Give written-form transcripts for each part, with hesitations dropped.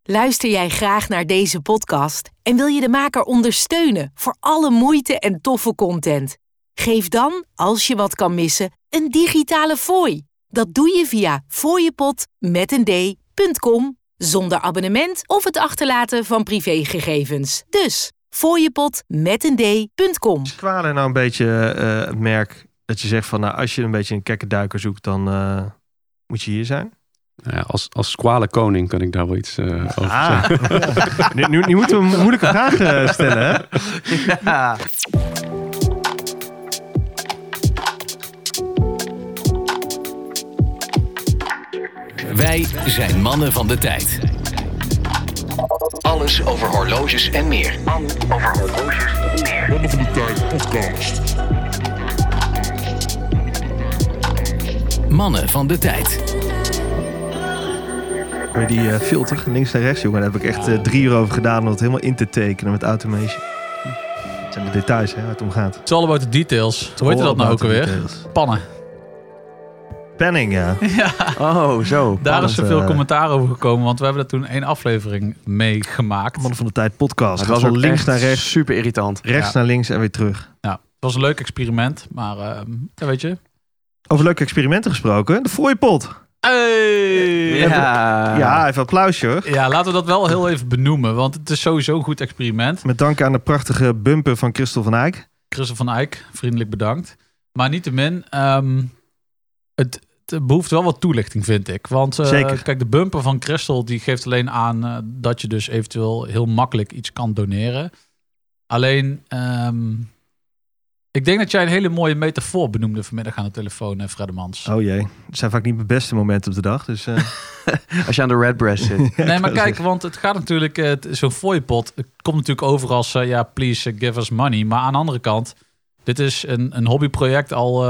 Luister jij graag naar deze podcast en wil je de maker ondersteunen voor alle moeite en toffe content? Geef dan, als je wat kan missen, een digitale fooi. Dat doe je via fooiepot.com zonder abonnement of het achterlaten van privégegevens. Dus fooiepot.com. Is Squale nou een beetje het merk dat je zegt van, nou, als je een beetje een kekkerduiker zoekt, dan moet je hier zijn? Ja, als Squale koning kan ik daar wel iets over zeggen. Nu moeten we een moeilijke vraag stellen, hè? Ja. Wij zijn mannen van de tijd. Alles over horloges en meer. Mannen van de Tijd podcast. Mannen van de Tijd. Maar die filter, links en rechts, jongen, daar heb ik echt 3 uur over gedaan om het helemaal in te tekenen met automation. Het zijn de details, hè, waar het om gaat. It's all about the details. Hoe heet dat nou ook alweer? Pannen. Panning, ja. Ja. Oh, zo. Daar is zoveel commentaar over gekomen, want we hebben er toen 1 aflevering mee gemaakt. Mannen van de Tijd podcast. Het was van ook links naar rechts, super irritant. rechts naar links en weer terug. Ja, het was een leuk experiment, maar ja, weet je. Over leuke experimenten gesproken, de fooiepot. Hey! Ja, even applausje hoor. Ja, laten we dat wel heel even benoemen, want het is sowieso een goed experiment. Met dank aan de prachtige bumper van Christel van Eyck. Christel van Eyck, vriendelijk bedankt. Maar niettemin, het behoeft wel wat toelichting, vind ik. Want Zeker. Kijk, de bumper van Christel die geeft alleen aan dat je dus eventueel heel makkelijk iets kan doneren. Alleen, ik denk dat jij een hele mooie metafoor benoemde vanmiddag aan de telefoon, Fredemans. Oh jee, het zijn vaak niet mijn beste momenten op de dag. Dus, Als je aan de Red Breast zit. Nee, maar kijk, want het gaat natuurlijk, zo'n fooiepot komt natuurlijk over als, ja, please give us money. Maar aan de andere kant, dit is een hobbyproject al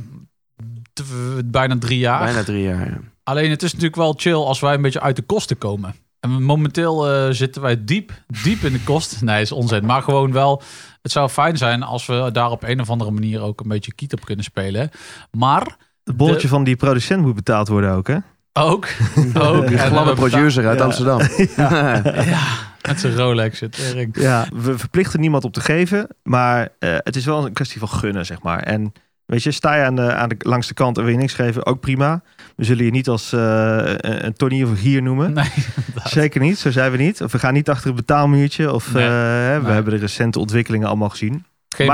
bijna 3 jaar. Bijna 3 jaar, ja. Alleen het is natuurlijk wel chill als wij een beetje uit de kosten komen. En momenteel zitten wij diep in de kosten. Nee, is onzin. Maar gewoon wel, het zou fijn zijn als we daar op een of andere manier ook een beetje kiet op kunnen spelen. Maar het bolletje van die producent moet betaald worden ook, hè? Ook. Die gladde producer uit Amsterdam. Ja, met zijn Rolex. Ja, we verplichten niemand op te geven. Maar het is wel een kwestie van gunnen, zeg maar. En weet je, sta je langs de kant en wil je niks geven, ook prima. We zullen je niet als een Tony of een Gier noemen. Nee, zeker niet, zo zijn we niet. Of we gaan niet achter het betaalmuurtje. Of we hebben de recente ontwikkelingen allemaal gezien. Geen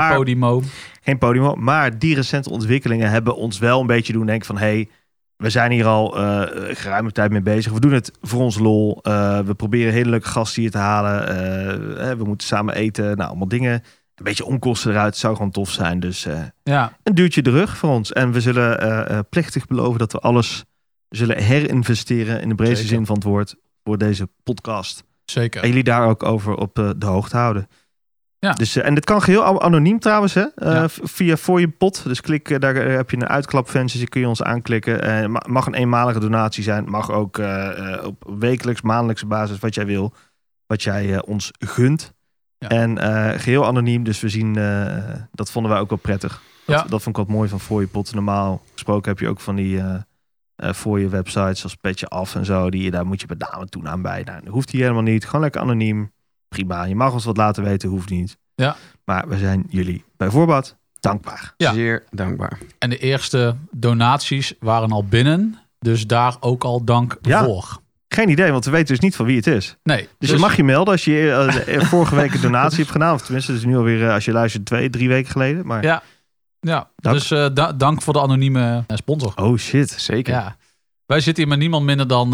Podimo. Maar die recente ontwikkelingen hebben ons wel een beetje doen denken van, hey, we zijn hier al geruime tijd mee bezig. We doen het voor ons lol. We proberen hele leuke gasten hier te halen. We moeten samen eten. Nou, allemaal dingen. Een beetje onkosten eruit. Het zou gewoon tof zijn. Dus een duwtje de rug voor ons. En we zullen plechtig beloven dat we alles zullen herinvesteren in de breedste zin van het woord voor deze podcast. Zeker. En jullie daar ook over op de hoogte houden. Ja. Dus, en dit kan geheel anoniem trouwens, hè? Via Fooiepot. Dus klik, daar heb je een uitklapvenster, die kun je ons aanklikken. Mag een eenmalige donatie zijn. Mag ook op wekelijks, maandelijkse basis wat jij wil. Wat jij ons gunt. Ja. En geheel anoniem, dus we zien, dat vonden wij ook wel prettig. Dat vond ik wat mooi van Fooiepot. Normaal gesproken heb je ook van die voor je websites als Petje Af en zo. Daar moet je met naam en toenaam bij. Nou, dat hoeft hier helemaal niet. Gewoon lekker anoniem. Prima. Je mag ons wat laten weten, hoeft niet. Ja. Maar we zijn jullie bij voorbaat dankbaar. Ja. Zeer dankbaar. En de eerste donaties waren al binnen. Dus daar ook al dank voor. Geen idee, want we weten dus niet van wie het is. Nee. Dus je mag je melden als je vorige week een donatie hebt gedaan. Of tenminste, dus nu alweer als je luistert 2-3 weken geleden. Maar ja. Dank. Dus dank voor de anonieme sponsor. Oh shit. Zeker. Ja. Wij zitten hier met niemand minder dan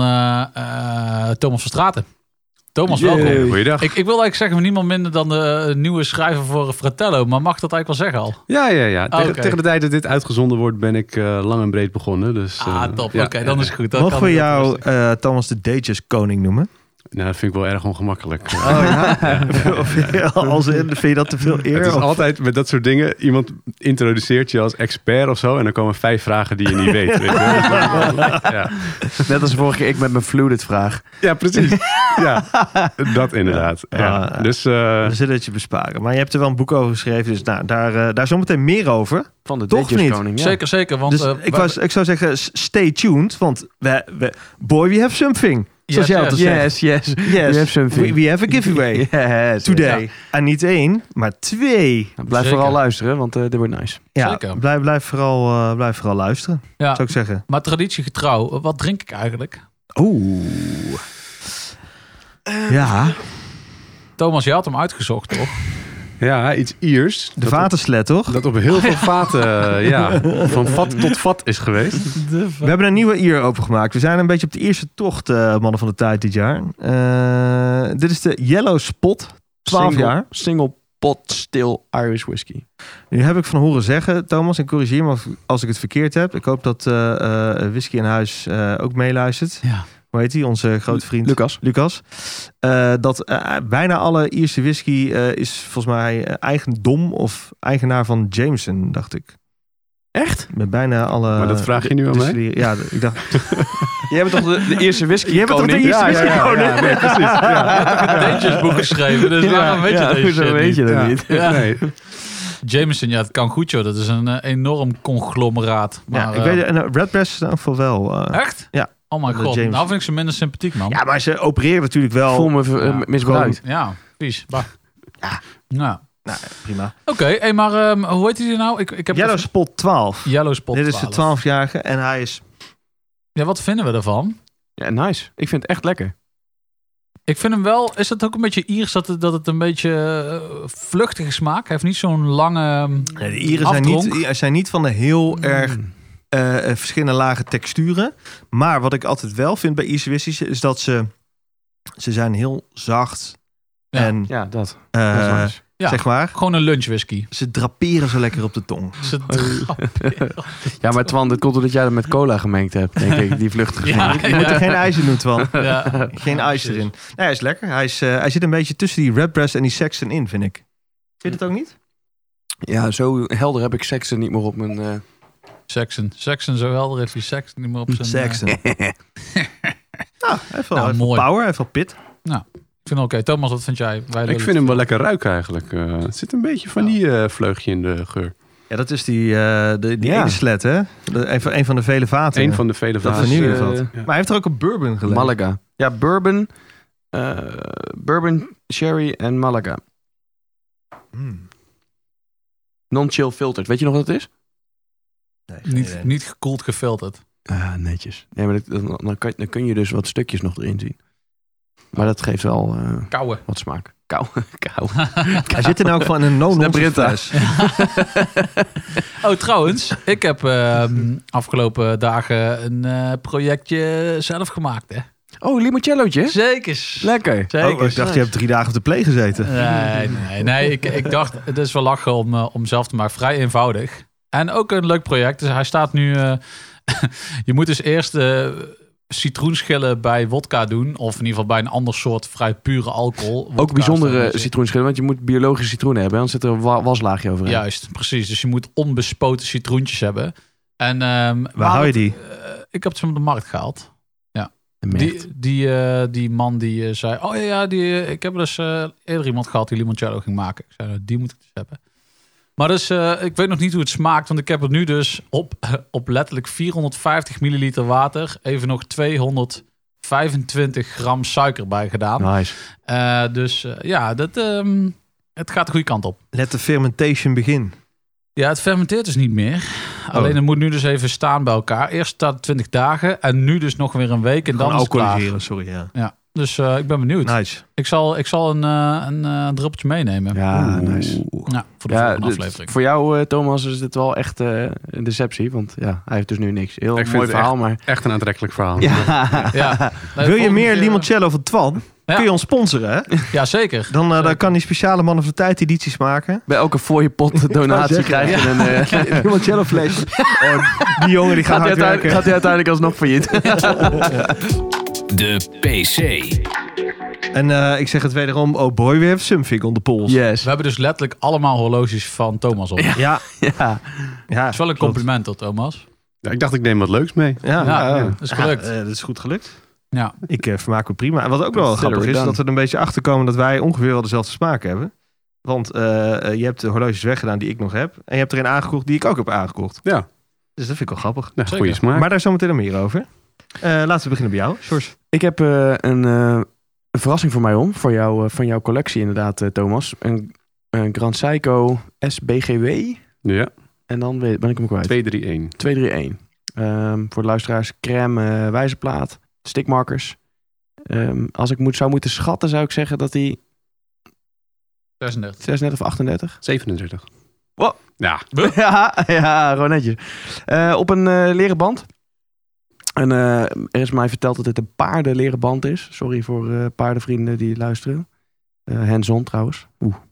Thomas Verstraeten. Thomas, welkom. Goeiedag. Ik wil eigenlijk zeggen niemand minder dan de nieuwe schrijver voor Fratello. Maar mag dat eigenlijk wel zeggen al? Ja. Tegen de tijd dat dit uitgezonden wordt ben ik lang en breed begonnen. Dus, top. Oké, dan is het goed. Mogen we jou Thomas de Dages koning noemen? Nou, dat vind ik wel erg ongemakkelijk. Oh ja? Vind je dat te veel eer? Het is altijd met dat soort dingen. Iemand introduceert je als expert of zo. En dan komen 5 vragen die je niet weet. Weet je? Ja. Net als vorige keer ik met mijn Fluid vraag. Ja, precies. Ja, dat inderdaad. Ja. Dus, we zullen het je besparen. Maar je hebt er wel een boek over geschreven. Dus nou, daar zometeen meer over. Van de Dages koning. Ja. Zeker. Want, dus ik zou zeggen, stay tuned. Want we have something. Zoals jij altijd zegt. Yes. We have something. We have a giveaway Yes. today. Ja. En niet 1, maar 2. Nou, blijf Zeker. vooral luisteren, want dit wordt nice. Ja, Zeker. blijf vooral luisteren, Ja. zou ik zeggen. Maar traditiegetrouw, wat drink ik eigenlijk? Oeh. Ja, Thomas, je had hem uitgezocht, toch? Ja, iets Iers. de vaterslet, toch? Dat op heel veel vaten, van vat tot vat is geweest. We hebben een nieuwe Ier opengemaakt. We zijn een beetje op de Ierse tocht, mannen van de tijd dit jaar. Dit is de Yellow Spot, 12 jaar. Single pot still Irish whiskey. Nu heb ik van horen zeggen, Thomas, en corrigeer me als ik het verkeerd heb. Ik hoop dat Whisky in Huis ook meeluistert. Ja. Hoe heet hij? Onze grote vriend Lucas. Dat bijna alle Ierse whisky is volgens mij eigendom of eigenaar van Jameson, dacht ik. Echt? Met bijna alle... Maar dat vraag je nu aan mij? Ja, ik dacht... Jij bent toch de eerste whisky Jij bent toch de koning? eerste whisky koning? Ja, nee, precies. Ja. Een Dangerous-boek geschreven, dus waarom weet je deze hoezo shit weet niet? je dat Ja. niet? Ja. Nee. Jameson, ja, het kan goed, joh. Dat is een enorm conglomeraat. Maar, Ja, ik weet en Redbreast is in elk geval wel... Echt? Ja. Oh mijn De god, Jameson. nou vind ik ze minder sympathiek, man. Ja, maar ze opereren natuurlijk wel... Voel me misbruikt. Ja, vies. Bah. Ja. Ja. Nou, prima. Oké, maar hoe heet hij nou? Ik heb Yellow even- Spot 12. Yellow Spot Dit is de 12. 12-jarige en hij is... Ja, wat vinden we ervan? Ja, nice. Ik vind het echt lekker. Ik vind hem wel... Is het ook een beetje Iers dat het een beetje vluchtige smaak? Hij heeft niet zo'n lange... Nee, de Ieren afdronk. zijn niet van de heel erg verschillende lage texturen. Maar wat ik altijd wel vind bij Ierse whiskies is dat ze zijn heel zacht. Ja. En Ja, dat is nice. Ja, zeg maar, gewoon een lunchwhisky. ze draperen zo lekker op de tong. Ja, maar Twan, dat komt omdat jij dat met cola gemengd hebt, denk ik. Die vluchtige smaak. Je moet er geen ijs in doen, Twan. Ja. Geen ijs erin. Nee, hij is lekker. Hij zit een beetje tussen die Redbreast en die Saxon in, vind ik. Vind je het ook niet? Ja, zo helder heb ik seksen niet meer op mijn... Saxon, zo helder heeft hij Saxon niet meer op zijn... Saxon. Nou, hij heeft wel, Nou, hij heeft wel mooi. power, hij heeft wel pit. Ik vind oké. Thomas, wat vind jij? Ik vind hem wel lekker ruiken eigenlijk. Het zit een beetje vanillevleugje in de geur. Ja, dat is die Ja. ene slet, hè? Een van de vele vaten. Een van de vele dat vaten. vanillevat. Ja. Maar hij heeft er ook een bourbon gelegen. Malaga. Ja, bourbon, sherry en Malaga. Non-chill filtered. Weet je nog wat het is? Nee, geen idee. Niet gekoeld gefilterd. Netjes. Nee, maar dan kun je dus wat stukjes nog erin zien. Maar dat geeft wel Kouwen. wat smaak. Kou. Hij zit in elk geval in een no-nonsense Brinta. fles. Oh, trouwens. Ik heb afgelopen dagen een projectje zelf gemaakt, hè? Oh, limoncellootje? Zeker. Lekker. Zeker. Oh, ik dacht, je hebt 3 dagen op de play gezeten. Nee. Ik dacht, het is wel lachen om zelf te maken. Vrij eenvoudig. En ook een leuk project. Dus hij staat nu... je moet dus eerst citroenschillen bij wodka doen. Of in ieder geval bij een ander soort vrij pure alcohol. Wodka Ook bijzondere is dan een beetje- citroenschillen, want je moet biologische citroenen hebben. Anders zit er een waslaagje overheen. Juist, precies. Dus je moet onbespoten citroentjes hebben. En, Waar hou je die? ik heb het van de markt gehaald. En merkt. Die man die zei... Oh ja, ik heb dus eerder iemand gehad die limoncello ging maken. Ik zei, nou, die moet ik dus hebben. Maar dus, ik weet nog niet hoe het smaakt. Want ik heb er nu dus op letterlijk 450 milliliter water... even nog 225 gram suiker bij gedaan. Nice. Dus het gaat de goede kant op. Let de fermentation begin. Ja, het fermenteert dus niet meer. Alleen het moet nu dus even staan bij elkaar. Eerst staat het 20 dagen en nu dus nog weer een week en dan is het klaar. alcoholiseren, sorry. Ja. Ja, dus ik ben benieuwd. Nice. Ik zal een druppeltje meenemen. Ja, nice. Ja, voor de Ja, volgende aflevering. voor jou, Thomas, is dit wel echt een deceptie. Want ja, hij heeft dus nu niks. Heel Ik vind mooi het verhaal, maar... Echt een aantrekkelijk verhaal. Ja. Ja. Nee, Wil je volgende meer keer- limoncello van Twan? Ja. Kun je ons sponsoren, hè? Ja, zeker. Dan kan die speciale Mannen van de Tijd edities maken. Bij elke voor je pot donatie zeggen, krijg je een... limoncello fles. Die jongen die gaat hard werken. Gaat hij uiteindelijk alsnog failliet? De PC. En ik zeg het wederom. Oh boy, we have something on the polls. Yes. We hebben dus letterlijk allemaal horloges van Thomas op. Ja. Ja. Ja, Dat is wel een compliment tot Thomas. Ja, ik dacht, ik neem wat leuks mee. Ja, Dat is gelukt. dat is goed gelukt. Ja. Ik vermaak me prima. En wat ook wel Consider grappig it is, done. dat we er een beetje achter komen dat wij ongeveer wel dezelfde smaak hebben. Want je hebt de horloges weggedaan die ik nog heb. En je hebt er een aangekocht die ik ook heb aangekocht. Ja, Dus dat vind ik wel grappig. ja Zeker. goede smaak. Maar daar zometeen nog meer over. Laten we beginnen bij jou, George. Ik heb een verrassing voor mij van jouw collectie inderdaad, Thomas. Een Grand Seiko SBGW. Ja, En dan ben ik hem kwijt. 231. 231. Voor de luisteraars, crème wijzerplaat, stickmarkers. Als ik zou moeten schatten, zou ik zeggen dat hij 36. 36 of 38. 37. Wow. Ja. ja, gewoon netjes. Op een leren band. En er is mij verteld dat dit een paardenleren band is. Sorry voor paardenvrienden die luisteren. Hands-on trouwens.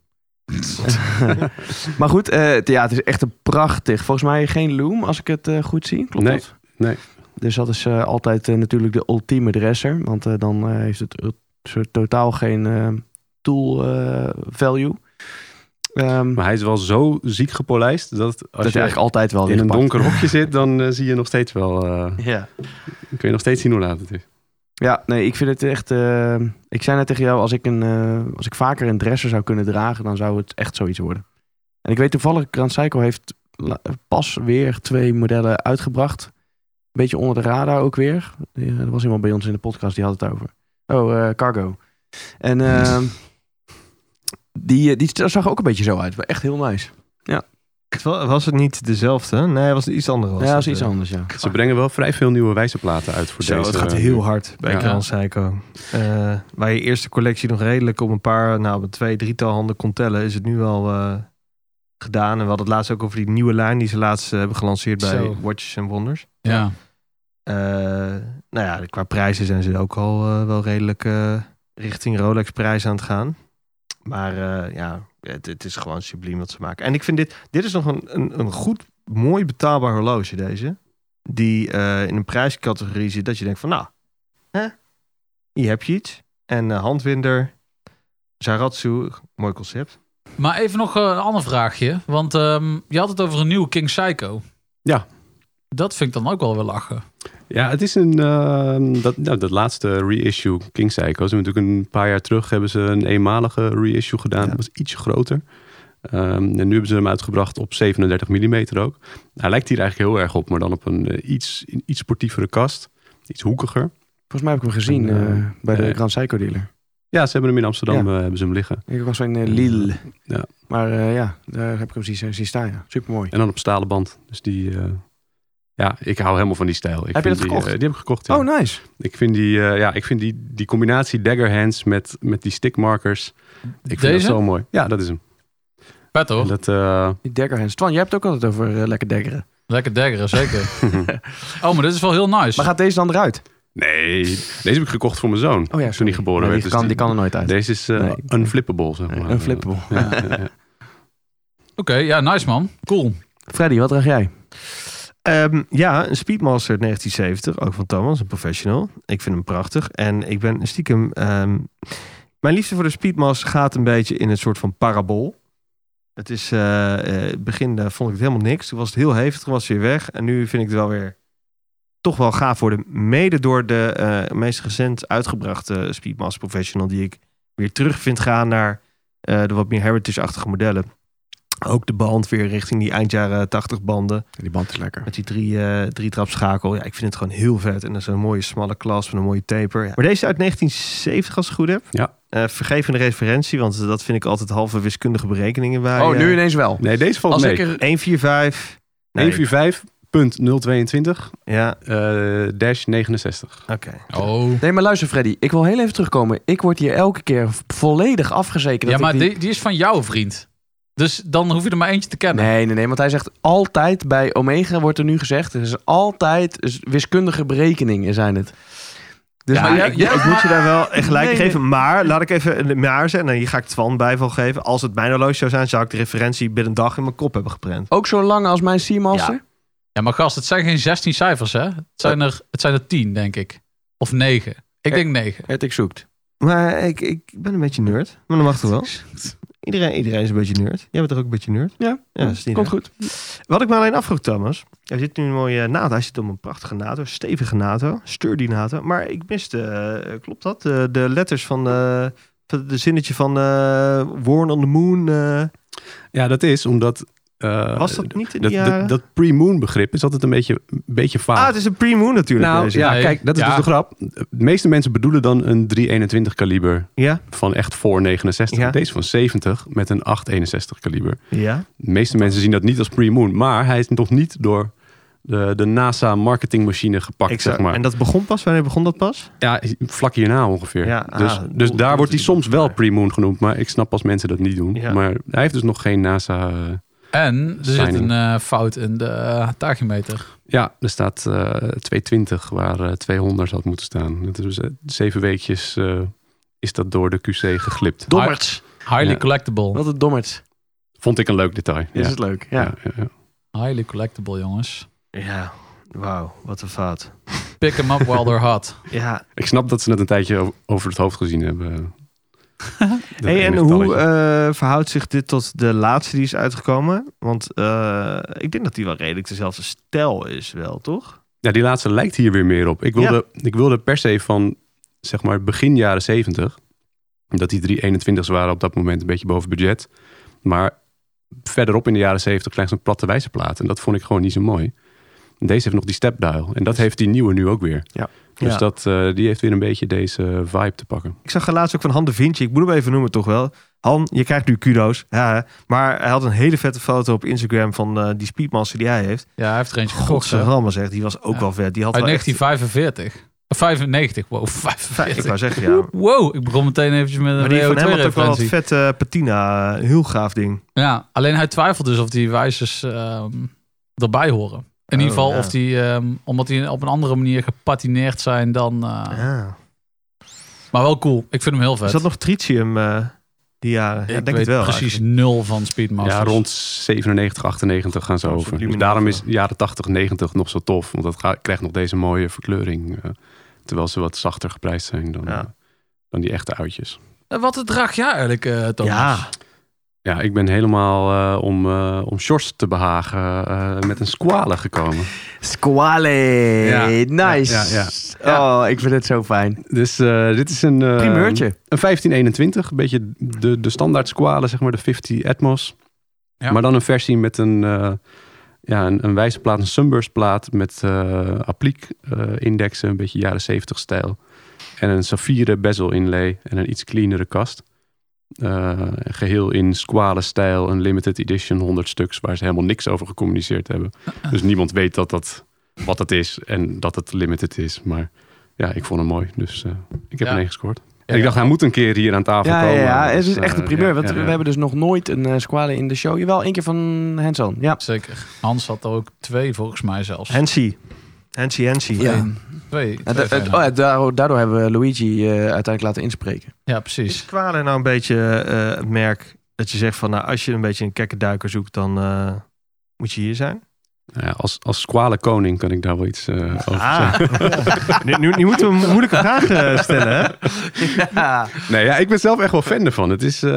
Maar goed, het is echt een prachtig. Volgens mij geen loom, als ik het goed zie. Klopt dat? Nee. Dus dat is altijd natuurlijk de ultieme dresser. Want dan heeft het totaal geen tool value. Maar hij is wel zo ziek gepolijst dat als dat je is eigenlijk altijd wel in een gepakt. donker hokje zit, dan zie je nog steeds wel. Ja. Kun je nog steeds zien hoe laat het is. Ja, nee, ik vind het echt... ik zei net tegen jou, als ik vaker een dresser zou kunnen dragen, dan zou het echt zoiets worden. En ik weet toevallig, Grand Seiko heeft pas weer 2 modellen uitgebracht. Beetje onder de radar ook weer. Er was iemand bij ons in de podcast die had het over. Cargo. En die zag ook een beetje zo uit. Echt heel nice. Ja. Was het niet dezelfde? Nee, het was iets anders. Ja, dat is iets anders, ja. Ze brengen wel vrij veel nieuwe wijzerplaten uit voor Zo, deze. het gaat heel hard bij Ja. Grand Seiko. Waar je eerste collectie nog redelijk op een 2-3 handen kon tellen, is het nu al gedaan. En we hadden het laatst ook over die nieuwe lijn die ze laatst hebben gelanceerd bij Zo. Watches and Wonders. Ja. Qua prijzen zijn ze ook al wel redelijk richting Rolex prijs aan het gaan. Maar het is gewoon subliem wat ze maken. En ik vind dit is nog een goed, mooi betaalbaar horloge deze. Die in een prijscategorie zit dat je denkt van hier heb je iets. En handwinder, Zaratsu, mooi concept. Maar even nog een ander vraagje. Want je had het over een nieuwe King Seiko. Ja. Dat vind ik dan ook wel weer lachen. Ja, het is dat laatste reissue King Seiko's. Natuurlijk een paar jaar terug hebben ze een eenmalige reissue gedaan. Ja. Dat was ietsje groter. En nu hebben ze hem uitgebracht op 37 mm ook. Hij lijkt hier eigenlijk heel erg op, maar dan op een iets sportievere kast. Iets hoekiger. Volgens mij heb ik hem gezien bij de Grand Seiko dealer. Ja, ze hebben hem in Amsterdam hebben ze hem liggen. Ik was in Lille. Ja. Maar daar heb ik hem zien staan. Ja. Supermooi. En dan op stalen band. Dus die... ik hou helemaal van die stijl. Heb je dat gekocht? Die heb ik gekocht, ja. Oh, nice. Ik vind die combinatie dagger hands met die stickmarkers. Ik vind dat zo mooi. Ja, dat is hem. Vet hoor. En dat, Die daggerhands. Twan, jij hebt het ook altijd over lekker daggeren. Lekker daggeren, zeker. Maar dit is wel heel nice. Maar gaat deze dan eruit? nee, deze heb ik gekocht voor mijn zoon. Oh ja, toen hij geboren werd. Die kan er nooit uit. Deze is unflippable, zeg maar. Unflippable. Oké, ja, nice man. Cool. Freddy, wat draag jij? Een Speedmaster 1970, ook van Thomas, een professional. Ik vind hem prachtig. En ik ben stiekem... mijn liefde voor de Speedmaster gaat een beetje in een soort van parabool. Het is... het begin vond ik het helemaal niks. Toen was het heel hevig, toen was het weer weg. En nu vind ik het wel weer... toch wel gaaf worden. Mede door de meest recent uitgebrachte Speedmaster Professional... die ik weer terug vind gaan naar de wat meer heritage-achtige modellen. Ook de band weer richting die eind jaren 80 banden. Die band is lekker. Met die drie trapschakel. Ja, ik vind het gewoon heel vet. En dat is een mooie smalle klas met een mooie taper. Ja. Maar deze is uit 1970 als ik het goed heb. Ja. Vergeef me de referentie, want dat vind ik altijd halve wiskundige berekeningen bij. Nu ineens wel. Nee, deze valt Als mee. ik er 145. Nee. 145.022 Ja. dash 69. Oké. Oh. Nee, maar luister Freddy. Ik wil heel even terugkomen. Ik word hier elke keer volledig afgezekerd. Ja, dat maar ik die is van jouw vriend. Dus dan hoef je er maar eentje te kennen. Nee, want hij zegt altijd bij Omega wordt er nu gezegd, het is altijd wiskundige berekeningen zijn het. Dus Ja, maar ik moet je daar wel echt gelijk Nee, geven. Maar laat ik even een maar zeggen. En hier ga ik Twan bijval geven. Als het mijn horloge zou zijn, zou ik de referentie binnen een dag in mijn kop hebben geprent. ook zo lang als mijn Seamaster? Ja, maar gast, het zijn geen 16 cijfers, hè? Het zijn er 10, denk ik. Of 9. Ik denk 9. Het zoekt. Maar ik ben een beetje nerd. Maar dat mag toch wel? Iedereen is een beetje nerd. Jij bent toch ook een beetje nerd? Ja, dat is niet komt erg. goed. Wat ik me alleen afvroeg, Thomas. Er zit nu een mooie NATO. Hij zit op een prachtige NATO. Stevige NATO. Sturdy NATO. Maar ik miste, klopt dat? De letters van de zinnetje van Worn on the Moon. Ja, dat is omdat Was dat niet in die jaren? Dat pre-moon begrip is altijd een beetje vaag. Het is een pre-moon natuurlijk. Nou, deze. ja, kijk, dat is dus de grap. De meeste mensen bedoelen dan een 321 kaliber Ja? van echt voor 69. Ja. Deze van 70 met een 861 kaliber. Ja? De meeste mensen zien dat niet als pre-moon, maar hij is nog niet door de NASA marketingmachine gepakt, zeg maar. En dat begon pas? Wanneer begon dat pas? Ja, vlak hierna ongeveer. Ja, dus daar wordt hij soms wel pre-moon genoemd, maar ik snap als mensen dat niet doen. Ja. Maar hij heeft dus nog geen NASA... En er zit signing. een fout in de tachymeter. Ja, er staat 220 waar 200 had moeten staan. Dat is 7 weekjes is dat door de QC geglipt. Dommerts. Highly Ja. collectible. Wat een dommerts. Vond ik een leuk detail. Is het leuk? Ja. Highly collectible, jongens. Ja. Wauw, wat een fout. Pick them up while they're hot. Ja. Ik snap dat ze het een tijdje over het hoofd gezien hebben. Hey, en hoe verhoudt zich dit tot de laatste die is uitgekomen? Want ik denk dat die wel redelijk dezelfde stijl is wel, toch? Ja, die laatste lijkt hier weer meer op. Ik wilde per se van, zeg maar, begin jaren 70... dat die 321's waren op dat moment een beetje boven budget. Maar verderop in de jaren 70 krijg je zo'n platte wijzerplaat. En dat vond ik gewoon niet zo mooi. En deze heeft nog die stepdial. En dat heeft die nieuwe nu ook weer. Ja. Dus Ja. die heeft weer een beetje deze vibe te pakken. Ik zag laatst ook van Han de Vinci. Ik moet hem even noemen toch wel. Han, je krijgt nu kudo's. Ja, maar hij had een hele vette foto op Instagram van die Speedmaster die hij heeft. Ja, hij heeft er eentje gekocht. hè. Godsamme zegt, die was ook Ja. wel vet. Die had Uit wel echt- 1945. Of 95. Wow, Ik 45. wou zeggen, ja. Wow, ik begon meteen eventjes met Maar een die van hem had ook wel wat WO2-referentie. vette patina. Heel gaaf ding. Ja, alleen hij twijfelt dus of die wijzers erbij horen. In ieder geval ja. of die, omdat die op een andere manier gepatineerd zijn dan... Ja. Maar wel cool. Ik vind hem heel vet. Is dat nog tritium die jaren? Ja, ik denk weet het wel. precies eigenlijk. 0 van Speedmasters. Ja, rond 97, 98 gaan ze Oh, over. subliminal Dus daarom is wel. jaren 80, 90 nog zo tof. Want dat krijgt nog deze mooie verkleuring. Terwijl ze wat zachter geprijsd zijn dan die echte oudjes. Wat draag jij eigenlijk, Thomas? Ja. Ja, ik ben helemaal om Sjors te behagen met een squale gekomen. Squale. Ja. Nice. Ja. Oh, ik vind het zo fijn. Dus dit is een Primeurtje. Een 1521. Een beetje de standaard squale, zeg maar, de 50 Atmos. Ja. Maar dan een versie met een wijzerplaat, een sunburstplaat met applique indexen, een beetje jaren 70 stijl. En een saffieren bezel inlay en een iets cleanere kast. Geheel in squale stijl, een limited edition, 100 stuks, waar ze helemaal niks over gecommuniceerd hebben. Dus niemand weet wat het is en dat het limited is. Maar ja, ik vond hem mooi, dus ik heb Ja. een 1 gescoord. En ik dacht, hij moet een keer hier aan tafel Ja, komen. ja, het Dus, is echt een primeur. Want ja. we hebben dus nog nooit een squale in de show. Jawel, 1 keer van Hanson. Ja. Zeker. Hans had er ook 2 volgens mij zelfs. Hansie. Ja. 2. En daardoor hebben we Luigi uiteindelijk laten inspreken. Ja, Is precies. Squale nou een beetje het merk dat je zegt van... nou, als je een beetje een kekkerduiker zoekt, dan moet je hier zijn? Ja, als squale koning kan ik daar wel iets over zeggen. Nu moeten we een moeilijke vraag stellen, hè? Ja. Nee, ja, ik ben zelf echt wel fan ervan. Het is,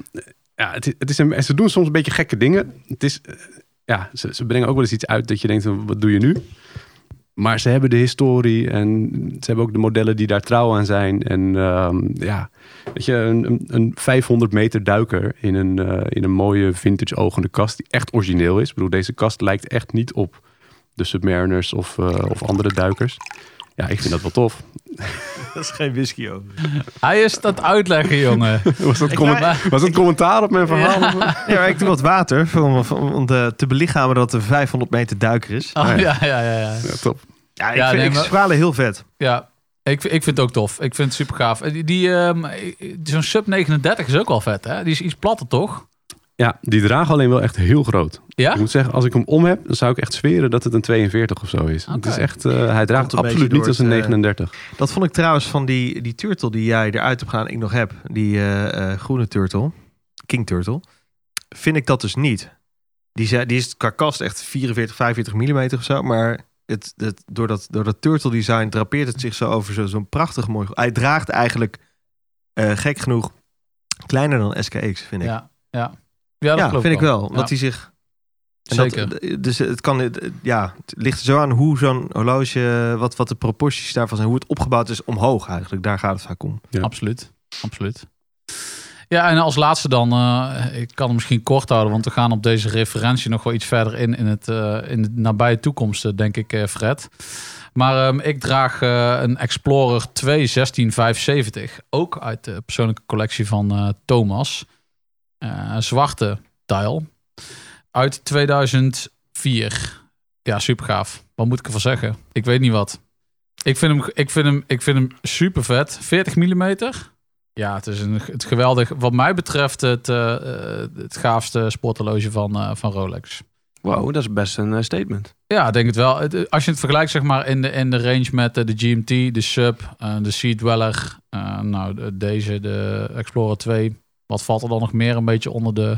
ze doen soms een beetje gekke dingen. Het is, ze brengen ook wel eens iets uit dat je denkt, wat doe je nu? Maar ze hebben de historie en ze hebben ook de modellen die daar trouw aan zijn. En weet je, een 500 meter duiker in een mooie vintage ogende kast die echt origineel is. Ik bedoel, deze kast lijkt echt niet op de Submariners of andere duikers. Ja, ik vind dat wel tof. Dat is geen whisky over. Hij is dat uitleggen, jongen. Was dat commentaar op mijn verhaal? Ja, maar ik doe wat water om te belichamen dat er 500 meter duiker is. Oh, ja. Ja, top. Ja, ik Ja, vind nee, maar- Squale heel vet. Ja, ik vind het ook tof. Ik vind het super gaaf. Zo'n Sub 39 is ook wel vet, hè? Die is iets platter, toch? Ja, die dragen alleen wel echt heel groot. Ja? Ik moet zeggen, als ik hem om heb, dan zou ik echt zweren dat het een 42 of zo is. Oké. Het is echt, hij draagt Komt een absoluut beetje niet als een door 39. Dat vond ik trouwens van die turtle die jij eruit hebt gedaan, ik nog heb. Die groene turtle. King turtle. Vind ik dat dus niet. Die is qua kast echt 44, 45 mm of zo. Maar door dat turtle design drapeert het zich zo over zo'n prachtig mooi... Hij draagt eigenlijk, gek genoeg, kleiner dan SKX, vind ik. Ja, dat Ja, klopt vind ik wel. Omdat Ja. hij zich... en Zeker. Dus het kan... Ja, het ligt er zo aan hoe zo'n horloge... Wat de proporties daarvan zijn. Hoe het opgebouwd is omhoog eigenlijk. Daar gaat het vaak om. Ja. Absoluut. Ja, en als laatste dan, ik kan het misschien kort houden, want we gaan op deze referentie nog wel iets verder in de nabije toekomst, denk ik, Fred. Maar ik draag een Explorer 2 16570, ook uit de persoonlijke collectie van Thomas. Zwarte dial, uit 2004. Ja, super gaaf. Wat moet ik ervan zeggen? Ik weet niet wat. Ik vind hem super vet. 40 mm. Ja, het is het geweldig. Wat mij betreft het gaafste sporthorloge van Rolex. Wow, dat is best een statement. Ja, ik denk het wel. Als je het vergelijkt zeg maar in de range met de GMT, de Sub, de Sea Dweller, deze, de Explorer 2. Wat valt er dan nog meer een beetje onder de...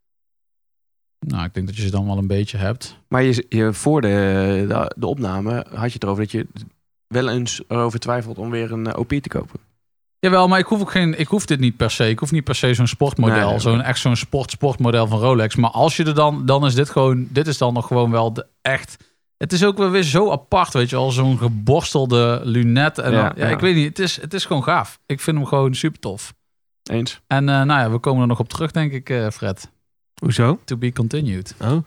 Nou, ik denk dat je ze dan wel een beetje hebt. Maar je voor de opname had je het erover dat je wel eens erover twijfelt om weer een OP te kopen. Jawel, maar ik hoef dit niet per se. Ik hoef niet per se zo'n sportmodel. Nee. Echt zo'n sportmodel van Rolex. Maar als je er dan is dit gewoon... Dit is dan nog gewoon wel de echt... Het is ook wel weer zo apart, weet je wel. Zo'n geborstelde lunet. En ik weet niet. Het is gewoon gaaf. Ik vind hem gewoon super tof. Eens. En we komen er nog op terug, denk ik, Fred. Hoezo? To be continued. Oh.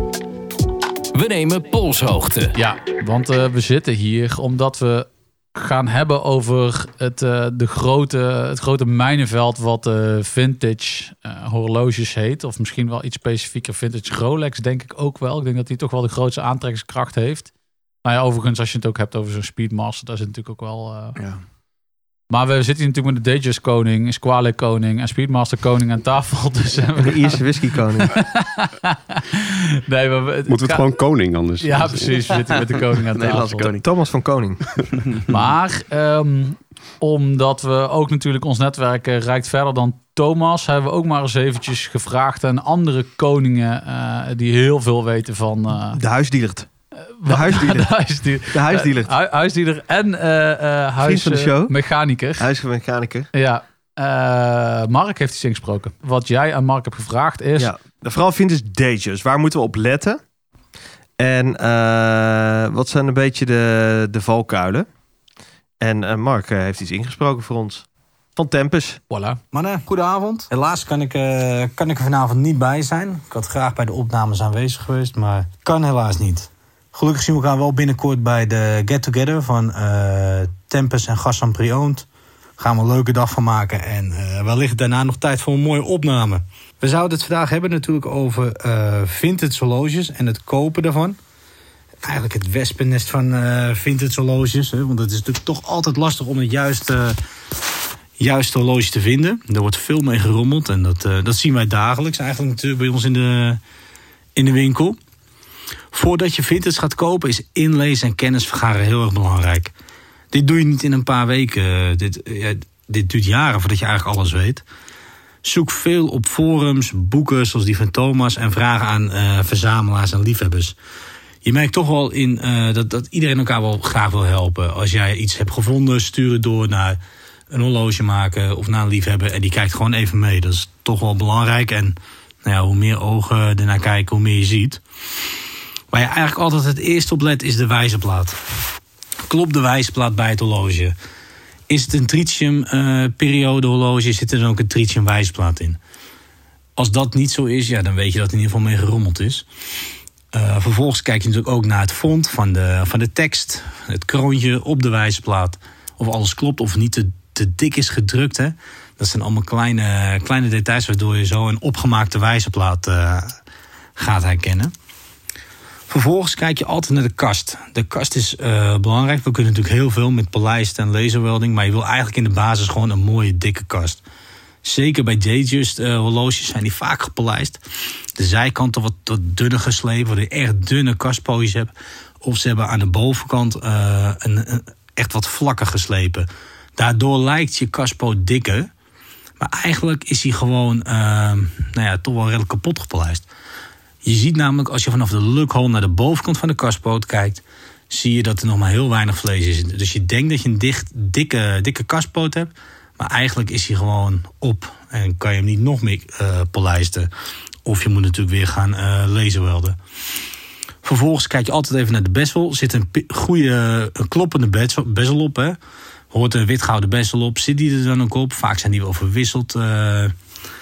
We nemen polshoogte. Ja, want we zitten hier omdat we gaan hebben over het grote mijnenveld wat vintage horloges heet. Of misschien wel iets specifieker vintage Rolex, denk ik ook wel. Ik denk dat die toch wel de grootste aantrekkingskracht heeft. Nou ja, overigens, als je het ook hebt over zo'n Speedmaster, daar zit natuurlijk ook wel... Ja. Maar we zitten hier natuurlijk met de Datejust koning, Squale koning en Speedmaster koning aan tafel. Dus, De Ierse whisky koning. Nee, maar Moeten we het gewoon koning anders? Ja, precies. We zitten met de koning aan Nederlandse tafel. koning. Thomas van Koning. Maar omdat we ook natuurlijk ons netwerk reikt verder dan Thomas, hebben we ook maar eens eventjes gevraagd aan andere koningen die heel veel weten van... De huisdielert. De huisdealer. Huisdealer en Vriend van de show. huismechaniker. Huismechaniker. Ja. Mark heeft iets ingesproken. Wat jij aan Mark hebt gevraagd is... Ja, vooral vintage Datejust. Waar moeten we op letten? En wat zijn een beetje de valkuilen? En Mark heeft iets ingesproken voor ons. Van Tempus. Voilà. Mannen, goedenavond. Helaas kan ik er vanavond niet bij zijn. Ik had graag bij de opnames aanwezig geweest, maar kan helaas niet. Gelukkig zien we elkaar wel binnenkort bij de get-together van Tempus en Gassan Pre-Owned. Gaan we een leuke dag van maken en wellicht daarna nog tijd voor een mooie opname. We zouden het vandaag hebben natuurlijk over vintage horloges en het kopen daarvan. Eigenlijk het wespennest van vintage horloges. Hè, want het is natuurlijk toch altijd lastig om het juiste horloge te vinden. Er wordt veel mee gerommeld en dat zien wij dagelijks eigenlijk natuurlijk bij ons in de winkel. Voordat je vintage gaat kopen is inlezen en kennis vergaren heel erg belangrijk. Dit doe je niet in een paar weken. Dit duurt jaren voordat je eigenlijk alles weet. Zoek veel op forums, boeken zoals die van Thomas en vraag aan verzamelaars en liefhebbers. Je merkt toch wel dat iedereen elkaar wel graag wil helpen. Als jij iets hebt gevonden, stuur het door naar een horlogemaker of naar een liefhebber. En die kijkt gewoon even mee. Dat is toch wel belangrijk. En hoe meer ogen ernaar kijken, hoe meer je ziet. Waar je eigenlijk altijd het eerst op let is de wijzerplaat. Klopt de wijzerplaat bij het horloge? Is het een tritium periode horloge? Zit er dan ook een tritium wijzerplaat in? Als dat niet zo is, dan weet je dat er in ieder geval mee gerommeld is. Vervolgens kijk je natuurlijk ook naar het font van de tekst. Het kroontje op de wijzerplaat. Of alles klopt of niet te dik is gedrukt. Hè? Dat zijn allemaal kleine details waardoor je zo een opgemaakte wijzerplaat gaat herkennen. Vervolgens kijk je altijd naar de kast. De kast is belangrijk. We kunnen natuurlijk heel veel met polijst en laserwelding. Maar je wil eigenlijk in de basis gewoon een mooie dikke kast. Zeker bij Datejust horloges zijn die vaak gepolijst. De zijkanten wat dunner geslepen. Waar je echt dunne kastpolies hebt. Of ze hebben aan de bovenkant echt wat vlakker geslepen. Daardoor lijkt je kastpoot dikker. Maar eigenlijk is hij gewoon toch wel redelijk kapot gepolijst. Je ziet namelijk als je vanaf de lukhole naar de bovenkant van de kastpoot kijkt, zie je dat er nog maar heel weinig vlees is. Dus je denkt dat je een dikke kastpoot hebt, maar eigenlijk is hij gewoon op en kan je hem niet nog meer polijsten. Of je moet natuurlijk weer gaan laserwelden. Vervolgens kijk je altijd even naar de bezel. Er zit een kloppende bezel op. Hè. Hoort een wit-gouden bezel op. Zit die er dan ook op? Vaak zijn die wel verwisseld.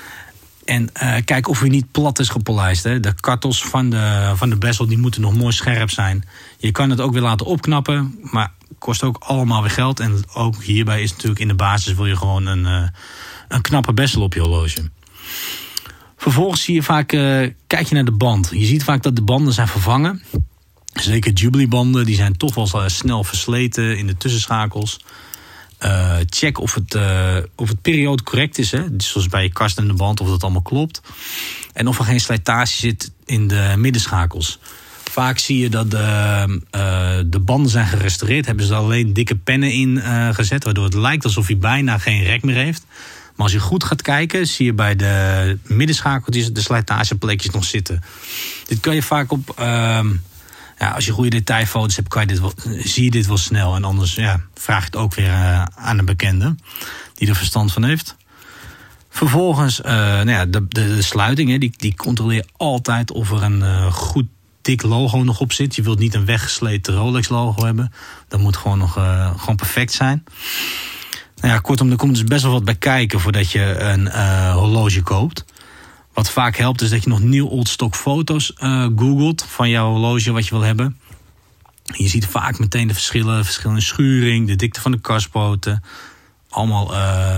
En kijk of hij niet plat is gepolijst. Hè. De kartels van de bezel die moeten nog mooi scherp zijn. Je kan het ook weer laten opknappen, maar kost ook allemaal weer geld. En ook hierbij is natuurlijk in de basis wil je gewoon een knappe bezel op je horloge. Vervolgens zie je vaak, kijk je naar de band. Je ziet vaak dat de banden zijn vervangen. Zeker Jubilee-banden, die zijn toch wel snel versleten in de tussenschakels. Check of het periode correct is. Hè? Dus zoals bij je kast en de band, of dat allemaal klopt. En of er geen slijtage zit in de middenschakels. Vaak zie je dat de banden zijn gerestaureerd. Hebben ze er alleen dikke pennen in gezet. Waardoor het lijkt alsof hij bijna geen rek meer heeft. Maar als je goed gaat kijken, zie je bij de middenschakeltjes de slijtageplekjes nog zitten. Dit kan je vaak op... als je goede detailfoto's hebt, zie je dit wel snel. En anders vraag je het ook weer aan een bekende die er verstand van heeft. Vervolgens, de sluiting, hè, die controleer je altijd of er een goed dik logo nog op zit. Je wilt niet een weggesleten Rolex logo hebben. Dat moet gewoon nog gewoon perfect zijn. Nou ja, kortom, er komt dus best wel wat bij kijken voordat je een horloge koopt. Wat vaak helpt is dat je nog nieuw oldstock foto's googelt van jouw horloge wat je wil hebben. Je ziet vaak meteen de verschillende schuring, de dikte van de kaspoten. Allemaal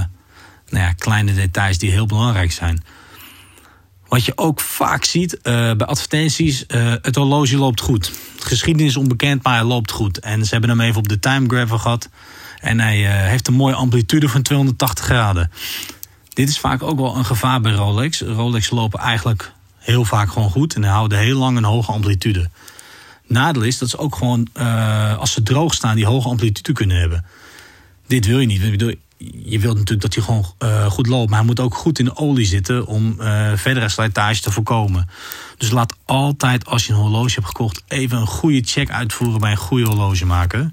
kleine details die heel belangrijk zijn. Wat je ook vaak ziet bij advertenties, het horloge loopt goed. De geschiedenis is onbekend, maar hij loopt goed. En ze hebben hem even op de time grabber gehad. En hij heeft een mooie amplitude van 280 graden. Dit is vaak ook wel een gevaar bij Rolex. Rolex lopen eigenlijk heel vaak gewoon goed. En houden heel lang een hoge amplitude. Nadeel is dat ze ook gewoon, als ze droog staan, die hoge amplitude kunnen hebben. Dit wil je niet. Je wilt natuurlijk dat hij gewoon goed loopt. Maar hij moet ook goed in de olie zitten om verdere slijtage te voorkomen. Dus laat altijd, als je een horloge hebt gekocht, even een goede check uitvoeren bij een goede horlogemaker.